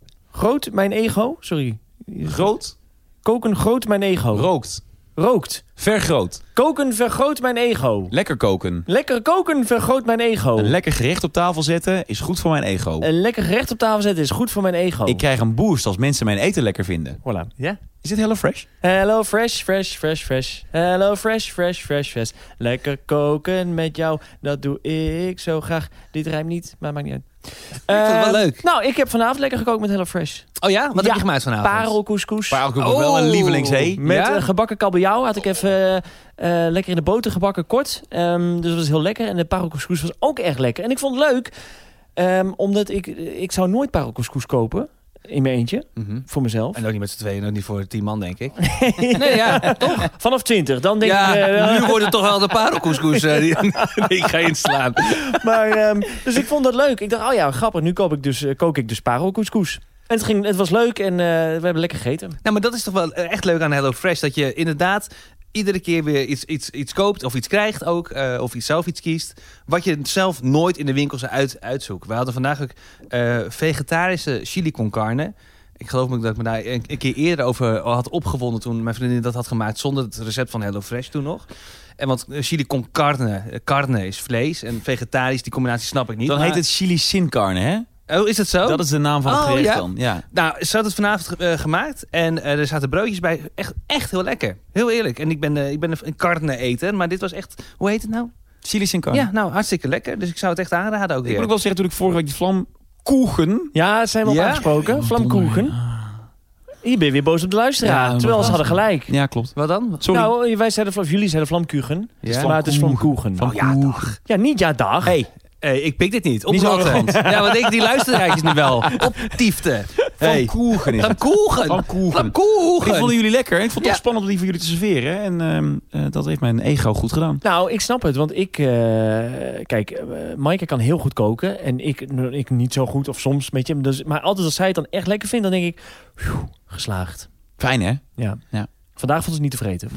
S3: groot mijn ego. Sorry.
S1: Groot,
S3: Koken groot mijn ego.
S1: rookt,
S3: Rookt.
S1: vergroot.
S3: Koken vergroot mijn ego.
S1: Lekker koken.
S3: Lekker koken vergroot mijn ego.
S1: Een lekker gerecht op tafel zetten is goed voor mijn ego.
S3: Een lekker gerecht op tafel zetten is goed voor mijn ego.
S1: Ik krijg een boost als mensen mijn eten lekker vinden.
S3: Voilà.
S2: Ja?
S1: Is dit HelloFresh?
S3: Hello fresh, fresh, fresh, fresh. Hello fresh, fresh, fresh, fresh. Lekker koken met jou, dat doe ik zo graag. Dit rijmt niet, maar maakt niet uit.
S2: Ik vond het
S3: Eh,
S2: wel leuk.
S3: Nou, ik heb vanavond lekker gekookt met Hello Fresh.
S2: Oh ja? Wat
S3: Ja,
S2: heb je gemaakt vanavond?
S3: Parelcouscous.
S1: Parelkoek is
S2: Oh.
S1: wel een lievelingshee.
S3: Met
S2: Ja?
S3: eh, gebakken kabeljauw had ik even eh, eh, lekker in de boter gebakken, kort. Ehm, dus dat was heel lekker. En de parelcouscous was ook echt lekker. En ik vond het leuk, ehm, omdat ik, ik zou nooit parelcouscous kopen. In mijn eentje,
S2: Mhm.
S3: voor mezelf.
S2: En ook niet met z'n tweeën, ook niet voor tien man, denk ik. Nee, ja, toch?
S3: Vanaf twintig, dan denk
S2: Ja,
S3: ik... eh,
S2: nu wordt het toch wel de parelcouscous uh, die, die ik ga inslaan.
S3: Maar, ehm, dus ik vond dat leuk. Ik dacht, oh ja, grappig. Nu koop ik dus, eh, kook ik dus parelcouscous. En het, ging, het was leuk en uh, we hebben lekker gegeten.
S2: Nou, maar dat is toch wel echt leuk aan HelloFresh. Dat je inderdaad iedere keer weer iets, iets, iets koopt of iets krijgt ook. Uh, of iets zelf iets kiest. Wat je zelf nooit in de winkel zou uit, uitzoeken. We hadden vandaag ook uh, vegetarische chili con carne. Ik geloof me dat ik me daar een, een keer eerder over had opgewonden toen mijn vriendin dat had gemaakt zonder het recept van HelloFresh toen nog. En want chili con carne, carne is vlees en vegetarisch, die combinatie snap ik niet.
S1: Dan
S2: maar-
S1: heet het chili sin carne, hè?
S2: Oh, is het zo?
S1: Dat is de naam van het
S2: Oh,
S1: gerecht
S2: ja?
S1: dan. Ja.
S2: Nou, ze had het vanavond uh, gemaakt en uh, er zaten broodjes bij. Echt, echt heel lekker. Heel eerlijk. En ik ben, uh, ik ben een carne eten, maar dit was echt... Hoe heet het nou?
S1: Chili sin carne.
S2: Ja, nou, hartstikke lekker. Dus ik zou het echt aanraden ook
S1: Ik
S2: weer.
S1: moet ook wel zeggen, toen ik vorige week die vlamkoegen...
S3: Ja, zijn we al
S2: Ja?
S3: aangesproken. Vlamkoegen. Hier ben je weer boos op de luisteraar.
S1: Ja,
S3: terwijl ze hadden gelijk.
S1: Ja, klopt.
S2: Wat dan?
S1: Sorry.
S3: Nou, wij zeiden, of jullie zeiden vlamkuchen.
S2: Ja?
S3: Maar het is vlamkoegen.
S1: Van
S2: Oh ja, dag.
S3: Ja, niet ja, dag.
S1: Hey,
S2: Hey, ik pik dit niet.
S1: Niet zo
S2: Oprotten.
S1: arrogant.
S2: Ja, wat denken die luisteraartjes nu wel? Optiefte.
S1: vlamkoegen is het.
S2: Vlamkoegen.
S1: Vlamkoegen.
S2: Vlamkoegen.
S1: Ik vond jullie lekker. Ik vond het
S2: Ja.
S1: toch spannend om die voor jullie te serveren. En ehm, eh, dat heeft mijn ego goed gedaan.
S3: Nou, ik snap het. Want ik... eh, kijk, uh, Maaike kan heel goed koken. En ik, ik niet zo goed. Of soms, weet je. Dus, maar altijd als zij het dan echt lekker vindt, dan denk ik... phew, geslaagd.
S1: Fijn, hè?
S3: Ja.
S1: Ja.
S3: Vandaag vond ze niet te vreten.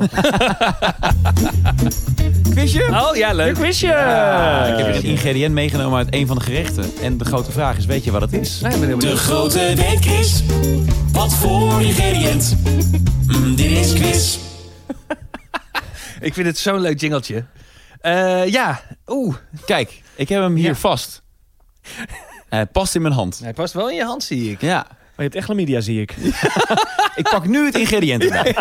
S1: Quizje?
S2: Oh, ja, leuk.
S3: Quizje!
S1: Ja, ik heb weer een ingrediënt meegenomen uit een van de gerechten. En de grote vraag is, weet je wat het is?
S2: Nee, ik ben heel
S6: De
S2: benieuwd.
S6: grote weetquiz. Wat voor ingrediënt? Mm, dit is quiz.
S2: Ik vind het zo'n leuk jingeltje. Uh, ja, oeh.
S1: Kijk, ik heb hem hier
S2: Ja.
S1: vast. Hij past in mijn hand.
S2: Hij past wel in je hand, zie ik.
S1: Ja.
S3: Maar je hebt echt chlamydia, zie ik.
S1: Ik pak nu het ingrediënt erbij.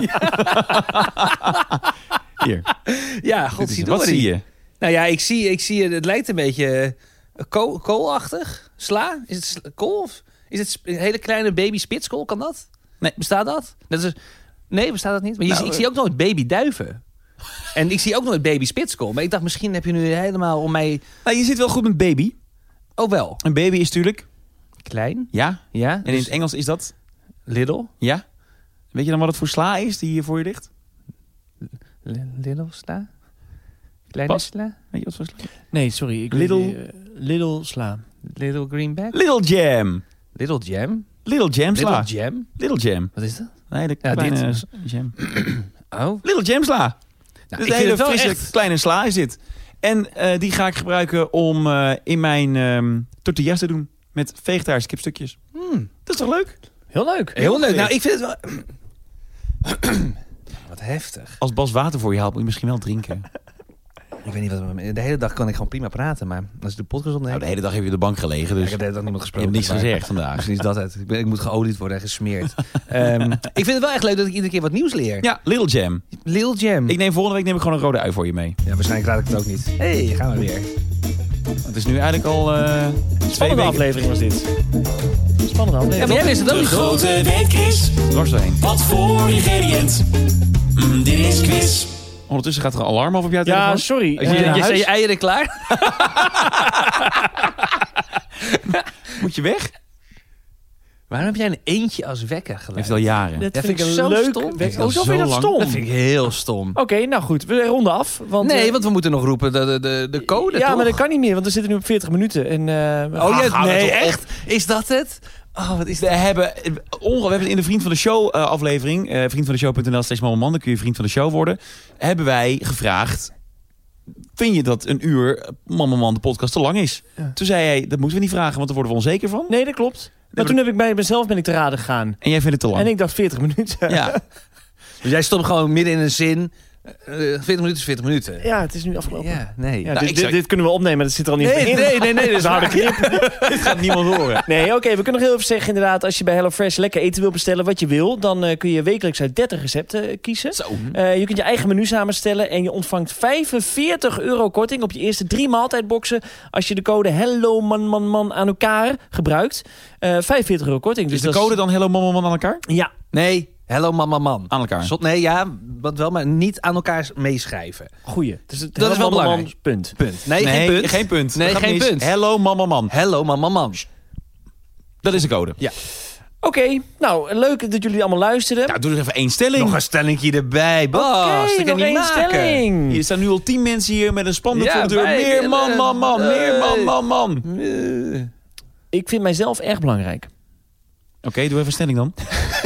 S1: Hier.
S2: Ja,
S1: Dit is-
S2: godzijdank.
S1: wat zie je?
S2: Nou ja, ik zie, ik zie het, het lijkt een beetje uh, kool, koolachtig. Sla? Is het sla- kool? Of is het sp- een hele kleine baby spitskool? Kan dat?
S1: Nee.
S2: Bestaat dat? dat is, nee, bestaat dat niet? Maar je,
S1: Nou,
S2: ik zie ook nooit baby duiven. En ik zie ook nooit baby spitskool. Maar ik dacht, misschien heb je nu helemaal om mij...
S1: Nou, je zit wel goed met baby.
S2: Oh, wel.
S1: Een baby is natuurlijk...
S2: Klein.
S1: Ja.
S2: Ja.
S1: En in
S2: dus
S1: het Engels is dat...
S2: Lidl.
S1: Ja. Weet je dan wat het voor sla is die hier voor je ligt?
S2: Li- Lidl sla. Kleine
S1: Pas.
S2: sla.
S1: Weet je wat voor sla?
S3: Nee, sorry. Ik
S1: Lidl.
S3: weet, eh, Lidl sla.
S2: Little greenback.
S1: Little Jam.
S2: Little jam.
S1: Little Jam sla.
S2: Little jam.
S1: Little Jam.
S2: Wat is dat?
S1: Nee, de
S2: Ja,
S1: kleine
S2: dit.
S1: jam.
S2: Oh.
S1: Little Jam sla.
S2: Nou,
S1: Dus
S2: ik
S1: een
S2: vind
S1: hele
S2: het wel
S1: frisse
S2: echt...
S1: kleine sla is dit. En uh, die ga ik gebruiken om uh, in mijn um, tortillas te doen. Met vegetarische kipstukjes.
S2: Hmm.
S1: Dat is toch leuk?
S3: Heel leuk.
S2: Heel leuk. Nou, ik vind het wel... Wat heftig.
S1: Als Bas water voor je haalt, moet je misschien wel drinken.
S2: Ik weet niet wat... De hele dag kan ik gewoon prima praten, maar als ik de podcast opneem...
S1: Nou, de hele dag heb je op de bank gelegen, dus
S2: ik heb de hele dag niemand
S1: je
S2: gesproken.
S1: hebt niks
S2: maar-
S1: gezegd vandaag.
S2: Misschien is dat het. Ik, ben, ik moet geolied worden en gesmeerd. um, ik vind het wel echt leuk dat ik iedere keer wat nieuws leer.
S1: Ja, Little Jam.
S2: Lil Jam.
S1: Ik neem volgende week neem ik gewoon een rode ui voor je mee.
S2: Ja, waarschijnlijk raad ik het ook niet. Hé, hey, gaan we weer.
S1: Het is nu eigenlijk al uh, twee
S3: Spannende
S1: weken
S3: aflevering was dit. Spannende aflevering.
S2: Ja, maar jij wist het ook
S6: De
S2: niet, toch?
S6: grote weetquiz.
S1: dwars doorheen.
S6: Wat voor ingrediënt? Mm, dit is quiz.
S1: Ondertussen gaat er een alarm af op jouw
S3: Ja,
S1: telefoon.
S3: sorry.
S1: Als je
S3: Eh,
S1: naar
S2: Je
S1: huis-
S2: zijn je eieren klaar?
S1: Moet je weg?
S2: Waarom heb jij een eentje als wekker geluid?
S1: Heeft al jaren.
S3: Dat
S2: Ja,
S3: vind ik een
S2: zo
S3: leuk...
S2: stom.
S3: Weet-
S1: Dat
S3: Oh, zo
S1: is
S3: vind je
S1: zo
S3: dat
S1: lang.
S3: stom?
S2: Dat vind ik heel stom.
S3: Oké, nou goed. We ronden af. Want,
S2: Nee,
S3: eh,
S2: want we moeten nog roepen de, de, de, de code,
S3: ja,
S2: toch?
S3: maar dat kan niet meer, want we zitten nu op veertig minuten. En, uh,
S2: Oh ja, nee,
S1: toch op.
S2: echt? Is dat het? Oh, wat is
S1: We hebben, onge- we hebben in de Vriend van de Show uh, aflevering, uh, vriendvandeshow punt n l slash man, dan kun je vriend van de show worden, hebben wij gevraagd, vind je dat een uur Man, man, man de podcast te lang is?
S3: Ja.
S1: Toen zei hij, dat moeten we niet vragen, want daar worden we onzeker van.
S3: Nee, dat klopt. Maar
S1: maar
S3: toen heb ik bij mezelf ben ik te raden gegaan.
S1: En jij vindt het te lang.
S3: En ik dacht veertig minuten.
S1: Ja,
S2: Dus jij stopt gewoon midden in een zin. Uh, veertig minuten is veertig minuten.
S3: Ja, het is nu afgelopen.
S2: Ja, nee.
S3: Ja,
S1: Nou,
S3: dit,
S1: ik
S3: dit,
S1: zou-
S3: dit kunnen we opnemen, dat zit er al niet
S2: Nee,
S3: in.
S2: nee, nee, nee, dat is
S3: een harde knip.
S1: dit gaat niemand horen.
S3: Nee, oké, we kunnen nog heel even zeggen inderdaad, als je bij HelloFresh lekker eten wil bestellen, wat je wil, dan uh, kun je wekelijks uit dertig recepten uh, kiezen.
S1: Zo.
S3: Uh, je kunt je eigen menu samenstellen en je ontvangt vijfenveertig euro korting op je eerste drie maaltijdboxen als je de code Hello Man Man Man aan elkaar gebruikt. Uh, vijfenveertig euro korting.
S1: Dus
S3: Dus
S1: de
S3: dat
S1: code dan Hello Man, man, man aan elkaar?
S3: Is, ja,
S2: Nee, hello man, man, man.
S1: Aan elkaar.
S2: Zot, nee, ja, wat wel, maar niet aan elkaar meeschrijven.
S3: goeie. Dus het
S2: Dat is wel
S3: Hello Man Man
S2: belangrijk.
S3: Man, punt.
S2: Punt. Nee,
S1: Nee,
S2: geen punt.
S1: Geen punt.
S2: Nee,
S1: Dat gaat
S2: geen
S1: mis.
S2: punt.
S1: Hello man, man, man.
S2: Hello man, man, man.
S1: Dat is de code.
S2: Ja.
S3: Oké, okay, nou, leuk dat jullie allemaal luisterden.
S1: Nou, doe er even één stelling.
S2: Nog een stellingje erbij, Bas.
S3: Oké,
S2: dat kan
S3: nog
S2: niet
S3: één
S2: maken.
S3: stelling.
S1: Hier staan nu al tien mensen hier met een spandoek
S2: Ja,
S1: voor de deur.
S2: wij
S1: Meer
S2: willen-
S1: man, man, man. Meer man, man, man.
S2: Uh.
S3: Ik vind mijzelf erg belangrijk.
S1: Oké, okay, doe even een stelling dan.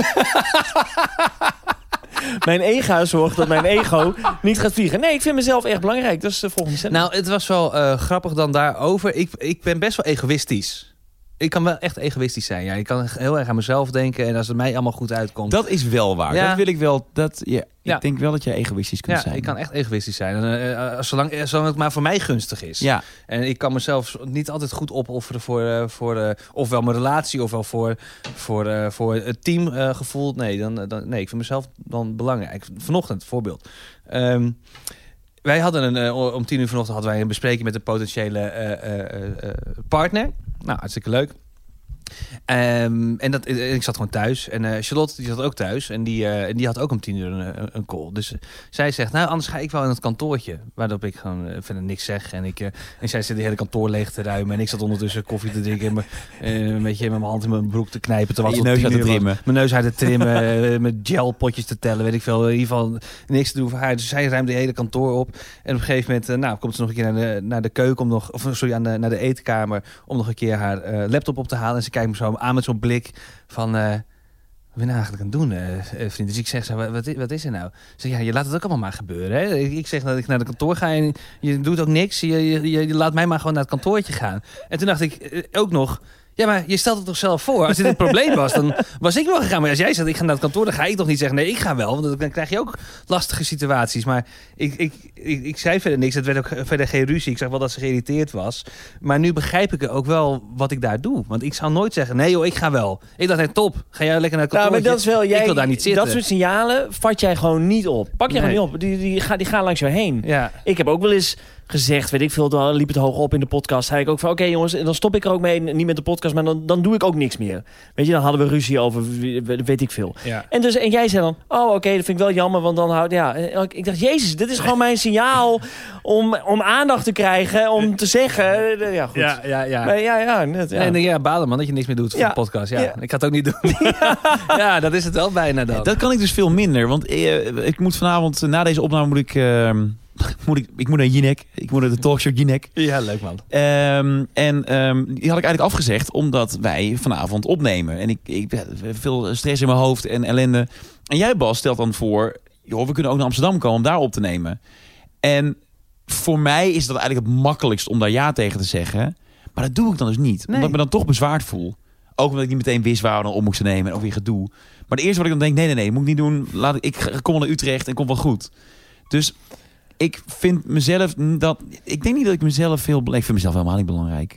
S3: Mijn ego zorgt dat mijn ego niet gaat vliegen. Nee, ik vind mezelf erg belangrijk. Dat is de volgende stelling.
S2: Nou, het was wel uh, grappig dan daarover. Ik, ik ben best wel egoïstisch. Ik kan wel echt egoïstisch zijn. Ja. Ik kan heel erg aan mezelf denken. En als het mij allemaal goed uitkomt.
S1: Dat is wel waar.
S2: Ja.
S1: Dat wil ik wel. Dat, ja,
S2: Ja.
S1: Ik denk wel dat jij egoïstisch kunt
S2: ja,
S1: zijn.
S2: ik kan echt egoïstisch zijn. En, uh, zolang, zolang het maar voor mij gunstig is.
S1: Ja.
S2: En ik kan mezelf niet altijd goed opofferen voor, uh, voor uh, ofwel mijn relatie, ofwel voor, voor, uh, voor het teamgevoel. Uh, nee, dan, dan, nee, ik vind mezelf dan belangrijk. Vanochtend, voorbeeld. Um, wij hadden een, uh, om tien uur vanochtend hadden wij een bespreking met een potentiële uh, uh, uh, partner. Nou, hartstikke leuk. Um, en dat, ik zat gewoon thuis. En uh, Charlotte die zat ook thuis. En die, uh, en die had ook om tien uur een, een call. Dus uh, zij zegt, nou anders ga ik wel in het kantoortje. Waarop ik gewoon uh, verder niks zeg. En, ik, uh, en zij zit de hele kantoor leeg te ruimen. En ik zat ondertussen koffie te drinken. En me, uh, een beetje met mijn hand in mijn broek te knijpen. Terwijl
S1: Je
S2: het tot
S1: neus
S2: tien
S1: uit te
S2: uur was.
S1: trimmen.
S2: Mijn neus uit te trimmen. uh, met gelpotjes te tellen. Weet ik veel. In ieder geval niks te doen voor haar. Dus zij ruimde de hele kantoor op. En op een gegeven moment uh, nou, komt ze nog een keer naar de, naar de keuken. Om nog, of sorry, aan de, naar de eetkamer. Om nog een keer haar uh, laptop op te halen. En ze kijkt me zo aan met zo'n blik van... Uh, wat ben je nou eigenlijk aan het doen, uh, vriend? Dus ik zeg zo, wat is, wat is er nou? Ze zegt, ja, je laat het ook allemaal maar gebeuren. Hè? Ik, ik zeg dat ik naar de kantoor ga en je doet ook niks. Je, je, je, je laat mij maar gewoon naar het kantoortje gaan. En toen dacht ik uh, ook nog... Ja, maar je stelt het toch zelf voor? Als dit een probleem was, dan was ik wel gegaan. Maar als jij zegt, ik ga naar het kantoor, dan ga ik toch niet zeggen... nee, ik ga wel, want dan krijg je ook lastige situaties. Maar ik, ik, ik, ik zei verder niks. Het werd ook verder geen ruzie. Ik zag wel dat ze geïrriteerd was. Maar nu begrijp ik ook wel wat ik daar doe. Want ik zou nooit zeggen, nee joh, ik ga wel. Ik dacht, hey, top, ga jij lekker naar het
S3: Nou,
S2: kantoor?
S3: maar dat is wel, jij,
S2: ik wil daar niet zitten.
S3: Dat soort signalen vat jij gewoon niet op. Pak je
S2: Nee.
S3: gewoon niet op. Die, die, gaan, die gaan langs jou heen.
S2: Ja.
S3: Ik heb ook wel eens gezegd, weet ik veel, dan liep het hoog op in de podcast. Zei ik ook van, oké okay, jongens, dan stop ik er ook mee. Niet met de podcast, maar dan, dan doe ik ook niks meer. Weet je, dan hadden we ruzie over, weet ik veel.
S2: Ja.
S3: En, dus, en jij zei dan, oh oké, okay, dat vind ik wel jammer, want dan houd... Ja, ik dacht, jezus, dit is gewoon mijn signaal om, om aandacht te krijgen, om te zeggen... Ja, goed.
S2: Ja, ja, ja.
S3: Maar ja, ja, net, ja.
S2: Nee, nee, ja, balen man, dat je niks meer doet voor
S3: Ja.
S2: de podcast. Ja.
S3: Ja.
S2: Ik ga het ook niet doen. Ja. ja, dat is het wel bijna dan.
S1: Dat kan ik dus veel minder. Want uh, ik moet vanavond, uh, na deze opname moet ik... Uh, moet ik, ik moet naar Jinek. Ik moet naar de talkshow Jinek.
S2: Ja, leuk man.
S1: Um, en um, die had ik eigenlijk afgezegd omdat wij vanavond opnemen. En ik, ik heb veel stress in mijn hoofd en ellende. En jij, Bas, stelt dan voor... joh, we kunnen ook naar Amsterdam komen om daar op te nemen. En voor mij is dat eigenlijk het makkelijkst om daar ja tegen te zeggen. Maar dat doe ik dan dus niet.
S2: Nee.
S1: Omdat ik me dan toch bezwaard voel. Ook omdat ik niet meteen wist waar we dan op moesten nemen. En ook weer gedoe. Maar het eerste wat ik dan denk, nee, nee, nee, moet ik niet doen. Laat ik, ik kom wel naar Utrecht en komt wel goed. Dus ik vind mezelf dat... Ik denk niet dat ik mezelf veel... Ik vind mezelf helemaal niet belangrijk.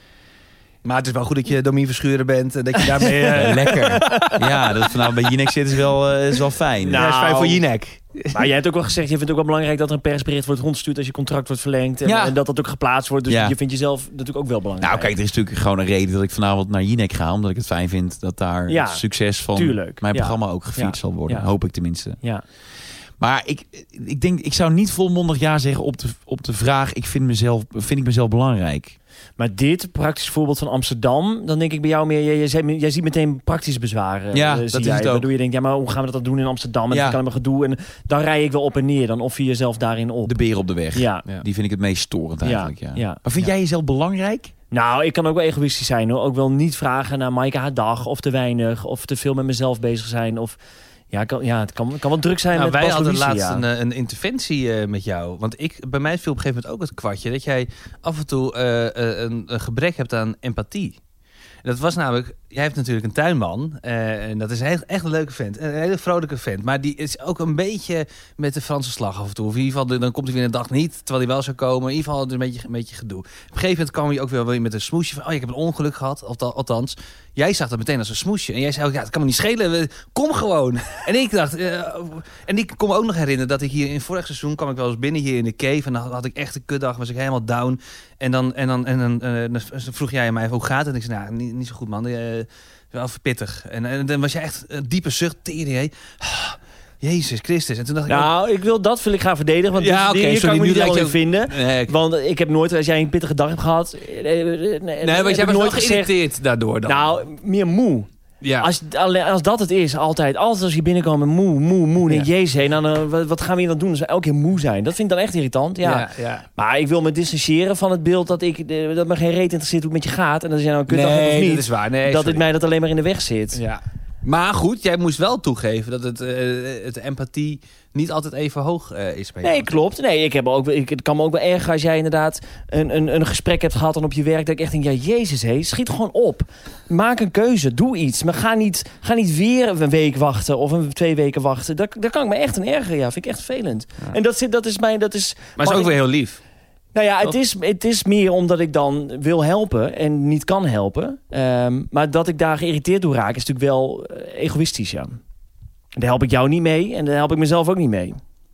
S2: Maar het is wel goed dat je Domien Verschuren bent. En dat je daarmee... Uh...
S1: Lekker. Ja, dat nou, bij Jinek zitten is wel, uh, is wel fijn.
S3: Nou,
S2: Ja, is fijn voor Jinek.
S3: Maar jij hebt ook wel gezegd, je vindt het ook wel belangrijk dat er een persbericht wordt rondgestuurd als je contract wordt verlengd. En,
S1: Ja.
S3: en dat dat ook geplaatst wordt. Dus
S1: Ja.
S3: je vindt jezelf natuurlijk ook wel belangrijk.
S1: Nou, kijk, er is natuurlijk gewoon een reden dat ik vanavond naar Jinek ga. Omdat ik het fijn vind dat daar
S3: Ja,
S1: het succes van
S3: tuurlijk.
S1: mijn
S3: Ja.
S1: programma ook gevierd
S3: Ja.
S1: zal worden.
S3: Ja.
S1: Hoop ik tenminste.
S3: Ja.
S1: Maar ik, ik denk, ik zou niet volmondig ja zeggen op de, op de vraag, ik vind, mezelf, vind ik mezelf belangrijk.
S3: Maar dit, praktisch voorbeeld van Amsterdam, dan denk ik bij jou meer, jij, jij, zei- jij ziet meteen praktische bezwaren.
S1: Ja,
S3: eh,
S1: dat
S3: zie
S1: is
S3: jij,
S1: het ook.
S3: Waardoor je denkt, ja, maar hoe gaan we dat dan doen in Amsterdam? En
S1: Ja.
S3: dat kan allemaal gedoe. En dan rij ik wel op en neer. Dan offer je jezelf daarin op.
S1: De beer op de weg.
S3: Ja.
S2: Ja.
S1: Die vind ik het meest storend eigenlijk. Ja.
S3: ja.
S1: Maar vind
S3: Ja.
S1: jij jezelf belangrijk?
S3: Nou, ik kan ook wel egoïstisch zijn hoor. Ook wel niet vragen naar Maaike haar dag of te weinig. Of te veel met mezelf bezig zijn. Of ja, kan, ja het kan, kan wel druk zijn
S2: Nou,
S3: met
S2: wij
S3: Bas
S2: hadden
S3: Louise,
S2: laatst
S3: ja.
S2: een, een interventie uh, met jou. Want ik, bij mij viel op een gegeven moment ook het kwartje... dat jij af en toe uh, uh, een, een gebrek hebt aan empathie. Dat was namelijk... Jij hebt natuurlijk een tuinman. Uh, en dat is echt, echt een leuke vent. Een hele vrolijke vent. Maar die is ook een beetje met de Franse slag af en toe. Of in ieder geval, dan komt hij weer een dag niet. Terwijl hij wel zou komen. In ieder geval een beetje, een beetje gedoe. Op een gegeven moment kwam hij ook weer met een smoesje van... Oh, ik heb een ongeluk gehad. Althans, jij zag dat meteen als een smoesje. En jij zei ook, ja, het kan me niet schelen. Kom gewoon. En ik dacht... Uh, en ik kon me ook nog herinneren dat ik hier in vorig seizoen... kwam ik wel eens binnen hier in de cave. En dan had ik echt een kutdag. Was ik helemaal down. En dan, en dan, en dan, uh, dan vroeg jij mij even, hoe gaat het? En ik zei, nou, niet, niet zo goed, man. Uh, wel pittig. En, en dan was je echt een diepe zucht. Tering, oh, Jezus Christus. En toen dacht ik...
S3: Nou, ik wil dat wil ik gaan verdedigen. Want
S2: Ja,
S3: dit
S2: oké,
S3: okay, kan
S2: sorry,
S3: ik me
S2: nu
S3: niet
S2: lijkt
S3: helemaal in
S2: je
S3: vinden.
S2: Nee, ik-
S3: Want ik heb nooit, als jij een pittige dag hebt gehad... Nee,
S2: Nee, maar jij was nooit geïrriteerd daardoor dan.
S3: Nou, meer moe.
S2: ja.
S3: Als, alle- als dat het is, altijd. Altijd als je binnenkomt, moe, moe, moe. Nee,
S2: Ja.
S3: jezus, hé, dan, uh, wat, wat gaan we hier dan doen als we elke keer moe zijn? Dat vind ik dan echt irritant, ja.
S2: ja, ja.
S3: Maar ik wil me distancieren van het beeld dat, ik, uh, dat me geen reet interesseert hoe het met je gaat. En dat is jij nou een kutdag hebt of
S2: Nee,
S3: niet.
S2: dat is waar. Nee,
S3: dat
S2: sorry.
S3: het mij dat alleen maar in de weg zit.
S2: Ja. Maar goed, jij moest wel toegeven dat het, uh, het empathie niet altijd even hoog uh, is bij jou.
S3: Nee, klopt. Nee, ik, heb ook, ik, het kan me ook wel erger als jij inderdaad een, een, een gesprek hebt gehad dan op je werk. Dat ik echt denk, ja, jezus, hé, schiet gewoon op. Maak een keuze, doe iets. Maar ga niet, ga niet weer een week wachten of een, twee weken wachten. Daar, daar kan ik me echt een ergeren. Ja, vind ik echt vervelend.
S2: Ja.
S3: En dat, zit, dat is mijn... Dat is,
S2: Maar het is
S3: mag
S2: ook
S3: ik-
S2: weer heel lief.
S3: Nou ja, het
S2: Toch?
S3: is, het is meer omdat ik dan wil helpen en niet kan helpen. Um, maar dat ik daar geïrriteerd door raak is natuurlijk wel uh, egoïstisch, ja. Daar help ik jou niet mee en daar help ik mezelf ook niet mee.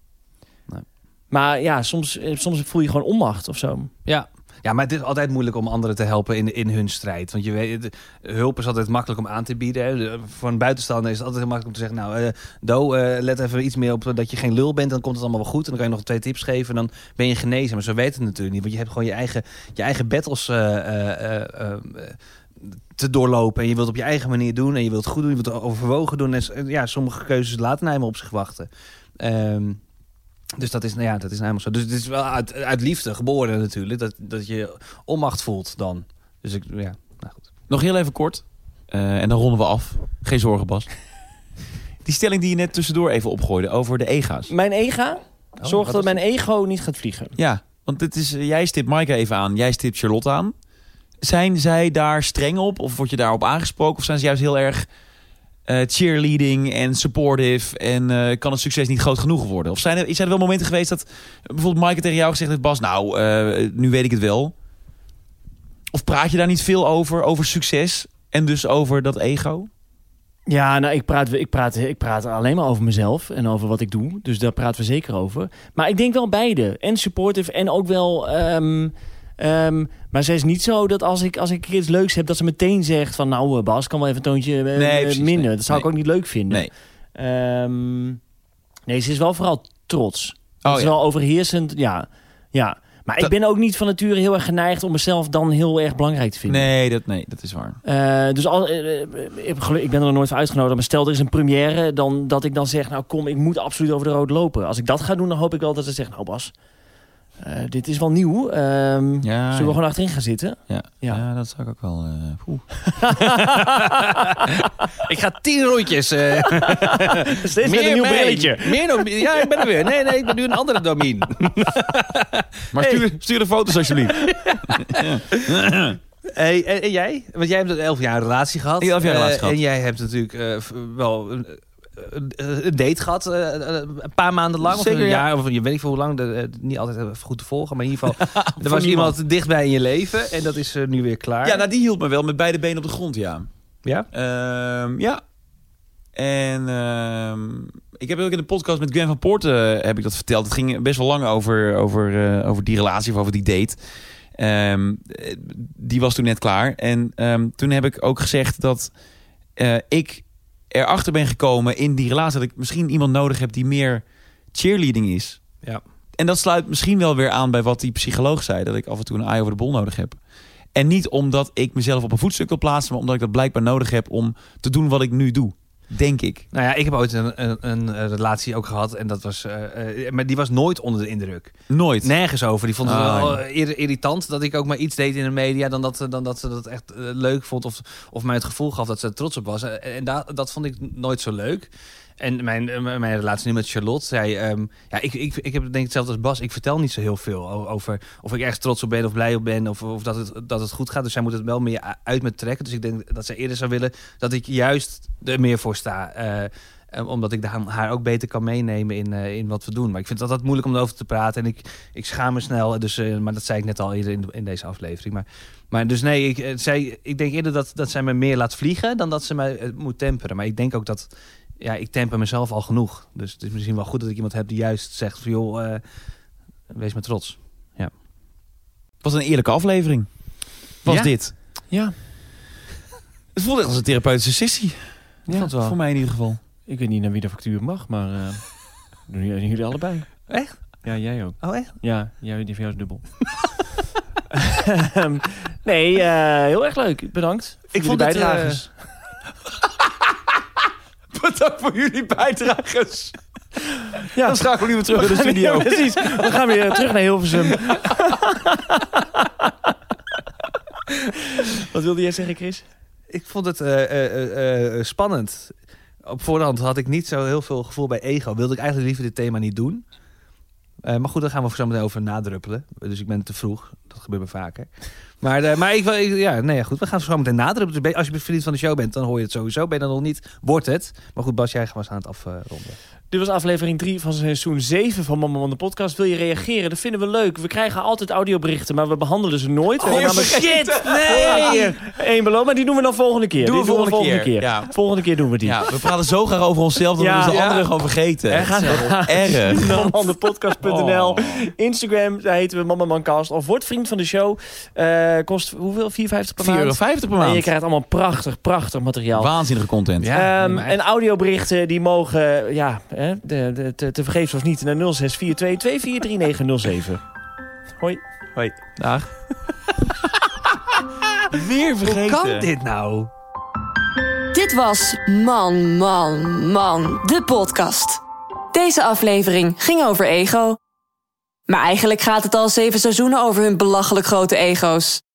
S2: Nee.
S3: Maar ja, soms, soms voel je gewoon onmacht of zo.
S2: Ja. Ja, maar het is altijd moeilijk om anderen te helpen in, in hun strijd. Want je weet, hulp is altijd makkelijk om aan te bieden. Hè. Voor een buitenstaander is het altijd heel makkelijk om te zeggen... nou, uh, Do, uh, let even iets meer op dat je geen lul bent. Dan komt het allemaal wel goed. En dan kan je nog twee tips geven en dan ben je genezen. Maar zo weet het natuurlijk niet. Want je hebt gewoon je eigen, je eigen battles... Uh, uh, uh, uh, te doorlopen. En je wilt het op je eigen manier doen. En je wilt het goed doen. Je wilt het overwogen doen. En ja, sommige keuzes laten nou eenmaal op zich wachten. Um, Dus dat is, nou ja, dat is nou helemaal zo. Dus het is wel uit, uit liefde geboren natuurlijk. Dat, dat je onmacht voelt dan. Dus ik, ja, nou goed.
S1: Nog heel even kort. Uh, en dan ronden we af. Geen zorgen, Bas. Die stelling die je net tussendoor even opgooide over de ega's.
S3: Mijn ega?
S2: Oh,
S3: Zorg
S2: wat
S3: dat
S2: is
S3: mijn ego niet gaat vliegen.
S1: Ja, want het is, uh, jij stipt Maaike even aan. Jij stipt Charlotte aan. Zijn zij daar streng op? Of word je daarop aangesproken? Of zijn ze juist heel erg... Uh, cheerleading en supportive en uh, kan het succes niet groot genoeg worden? Of zijn er, zijn er wel momenten geweest dat bijvoorbeeld Maaike tegen jou gezegd heeft... Bas, nou, uh, nu weet ik het wel. Of praat je daar niet veel over, over succes en dus over dat ego?
S3: Ja, nou, ik praat, ik, praat, ik praat alleen maar over mezelf en over wat ik doe. Dus daar praten we zeker over. Maar ik denk wel beide. En supportive en ook wel... Um, Um, maar ze is niet zo dat als ik, als ik iets leuks heb... dat ze meteen zegt van... nou Bas, kan wel even een toontje uh,
S1: nee, precies,
S3: minder.
S1: nee.
S3: Dat zou
S1: nee.
S3: ik ook niet leuk vinden.
S1: Nee,
S3: um, nee ze is wel vooral trots.
S1: oh,
S3: ze is
S1: ja.
S3: wel overheersend, ja. ja. Maar dat... ik ben ook niet van nature heel erg geneigd... om mezelf dan heel erg belangrijk te vinden.
S1: Nee, dat, nee, dat is waar.
S3: Uh, dus al, uh, ik, ik ben er nog nooit voor uitgenodigd. Maar stel er is een première... Dan, dat ik dan zeg, nou kom, ik moet absoluut over de rood lopen. Als ik dat ga doen, dan hoop ik wel dat ze zegt... nou Bas... Uh, dit is wel nieuw. Um,
S1: Ja,
S3: zullen we
S1: ja.
S3: gewoon achterin gaan zitten?
S1: Ja,
S3: Ja.
S1: ja. dat zou ik ook wel... Uh, poeh.
S2: Ik ga tien rondjes. Uh,
S3: Steeds met een nieuw
S2: mee.
S3: brilletje.
S2: Meer nog, ja, ik ben er weer. Nee, nee, ik ben nu een andere domin.
S1: Maar stuur, stuur de foto's alsjeblieft.
S2: Hey, en, en jij? Want jij hebt een elf jaar relatie gehad.
S1: Ik heb elf jaar relatie
S2: Uh,
S1: gehad.
S2: En jij hebt natuurlijk uh, wel een, een, een date gehad. Uh, een paar maanden lang.
S1: Zeker,
S2: of een
S1: ja.
S2: jaar. Of je weet niet voor hoe lang. De, uh, niet altijd even goed te volgen. Maar in ieder geval. er was
S1: niemand.
S2: iemand dichtbij in je leven. En dat is uh, nu weer klaar.
S1: Ja, nou, die hield me wel met beide benen op de grond, ja.
S2: Ja?
S1: Ehm, ja. En ehm, ik heb ook in de podcast met Gwen van Poorten heb ik dat verteld. Het ging best wel lang over, over, uh, over die relatie of over die date. Um, die was toen net klaar. En um, toen heb ik ook gezegd dat uh, ik erachter ben gekomen in die relatie dat ik misschien iemand nodig heb die meer cheerleading is.
S2: Ja.
S1: En dat sluit misschien wel weer aan bij wat die psycholoog zei. Dat ik af en toe een eye over de bol nodig heb. En niet omdat ik mezelf op een voetstuk wil plaatsen, maar omdat ik dat blijkbaar nodig heb om te doen wat ik nu doe. Denk ik.
S2: Nou ja, ik heb ooit een, een, een relatie ook gehad. En dat was, uh, uh, maar die was nooit onder de indruk.
S1: Nooit.
S2: Nergens over. Die vond het
S1: Ah,
S2: wel eerder irritant dat ik ook maar iets deed in de media dan dat, dan dat ze dat echt uh, leuk vond. Of, of mij het gevoel gaf dat ze er trots op was. En, en da, dat vond ik nooit zo leuk. En mijn, mijn relatie nu met Charlotte zei... Um, ja, ik, ik, ik heb denk ik hetzelfde als Bas. Ik vertel niet zo heel veel over of ik ergens trots op ben of blij op ben. Of, of dat, het, dat het goed gaat. Dus zij moet het wel meer uit me trekken. Dus ik denk dat zij eerder zou willen dat ik juist er meer voor sta. Uh, omdat ik haar ook beter kan meenemen in, uh, in wat we doen. Maar ik vind het altijd moeilijk om erover te praten. En ik, ik schaam me snel. Dus, uh, maar dat zei ik net al eerder in, in deze aflevering. Maar, maar dus nee, ik, zij, ik denk eerder dat, dat zij me meer laat vliegen dan dat ze mij uh, moet temperen. Maar ik denk ook dat... Ja, ik temper mezelf al genoeg. Dus het is misschien wel goed dat ik iemand heb die juist zegt van... joh, uh, wees maar trots. Ja.
S1: Wat een eerlijke aflevering. Was
S2: Ja?
S1: dit.
S3: Ja.
S1: Het voelde echt als een therapeutische sessie.
S3: Ja,
S1: vond het wel. Voor mij in ieder geval.
S3: Ik weet niet naar wie de factuur mag, maar uh, doen jullie, jullie allebei.
S2: Echt?
S3: Ja, jij ook.
S2: Oh, echt?
S3: Ja, jij, die van jou is dubbel. um, nee, uh, heel erg leuk. Bedankt. Voor
S2: Ik vond
S3: de
S2: het,
S3: bijdragers.
S1: Bedankt voor jullie bijdragers.
S3: Ja.
S1: Dan schakelen we weer terug in de
S3: Ja,
S1: studio.
S3: precies. We gaan weer terug naar Hilversum. Wat wilde jij zeggen, Chris?
S2: Ik vond het uh, uh, uh, uh, spannend. Op voorhand had ik niet zo heel veel gevoel bij ego. Wilde ik eigenlijk liever dit thema niet doen. Uh, maar goed, daar gaan we zo meteen over nadruppelen. Dus ik ben te vroeg. Dat gebeurt me vaker. Maar, uh, maar ik wil, ik, ja, nee, goed, we gaan zo meteen nadruppelen. Dus als je vriend van de show bent, dan hoor je het sowieso. Ben je dan nog niet, wordt het. Maar goed, Bas, jij was aan het afronden.
S3: Dit was aflevering drie van seizoen zeven van Mama Man de podcast. Wil je reageren? Dat vinden we leuk. We krijgen altijd audioberichten, maar we behandelen ze nooit. We
S1: Oh,
S3: hebben namelijk
S1: shit!
S3: nee! Eén beloon, maar die doen we dan volgende keer.
S1: Doen we
S3: Die
S1: volgende
S3: volgende
S1: keer.
S3: keer.
S1: Ja.
S3: Volgende keer doen we die.
S1: Ja, we praten zo graag over onszelf dat
S3: Ja.
S1: we dus de
S3: Ja.
S1: anderen gewoon vergeten.
S3: En ga
S1: Erg.
S3: mamamandepodcast punt n l.
S1: Oh.
S3: Instagram, daar heten we Mamamancast. Of word vriend van de show. Uh, kost hoeveel? vier euro vijftig per
S1: vier
S3: maand?
S1: euro vijftig per
S3: En
S1: maand.
S3: je krijgt allemaal prachtig, prachtig materiaal.
S1: Waanzinnige content.
S2: Ja.
S3: Um,
S2: maar
S3: en audioberichten die mogen, ja, hè, de, de, te, te vergeefs of niet, naar nul zes vier twee twee vier drie negen nul zeven. Hoi.
S1: Hoi. Dag. Weer vergeten.
S2: Hoe kan dit nou?
S4: Dit was Man, Man, Man, de podcast. Deze aflevering ging over ego. Maar eigenlijk gaat het al zeven seizoenen over hun belachelijk grote ego's.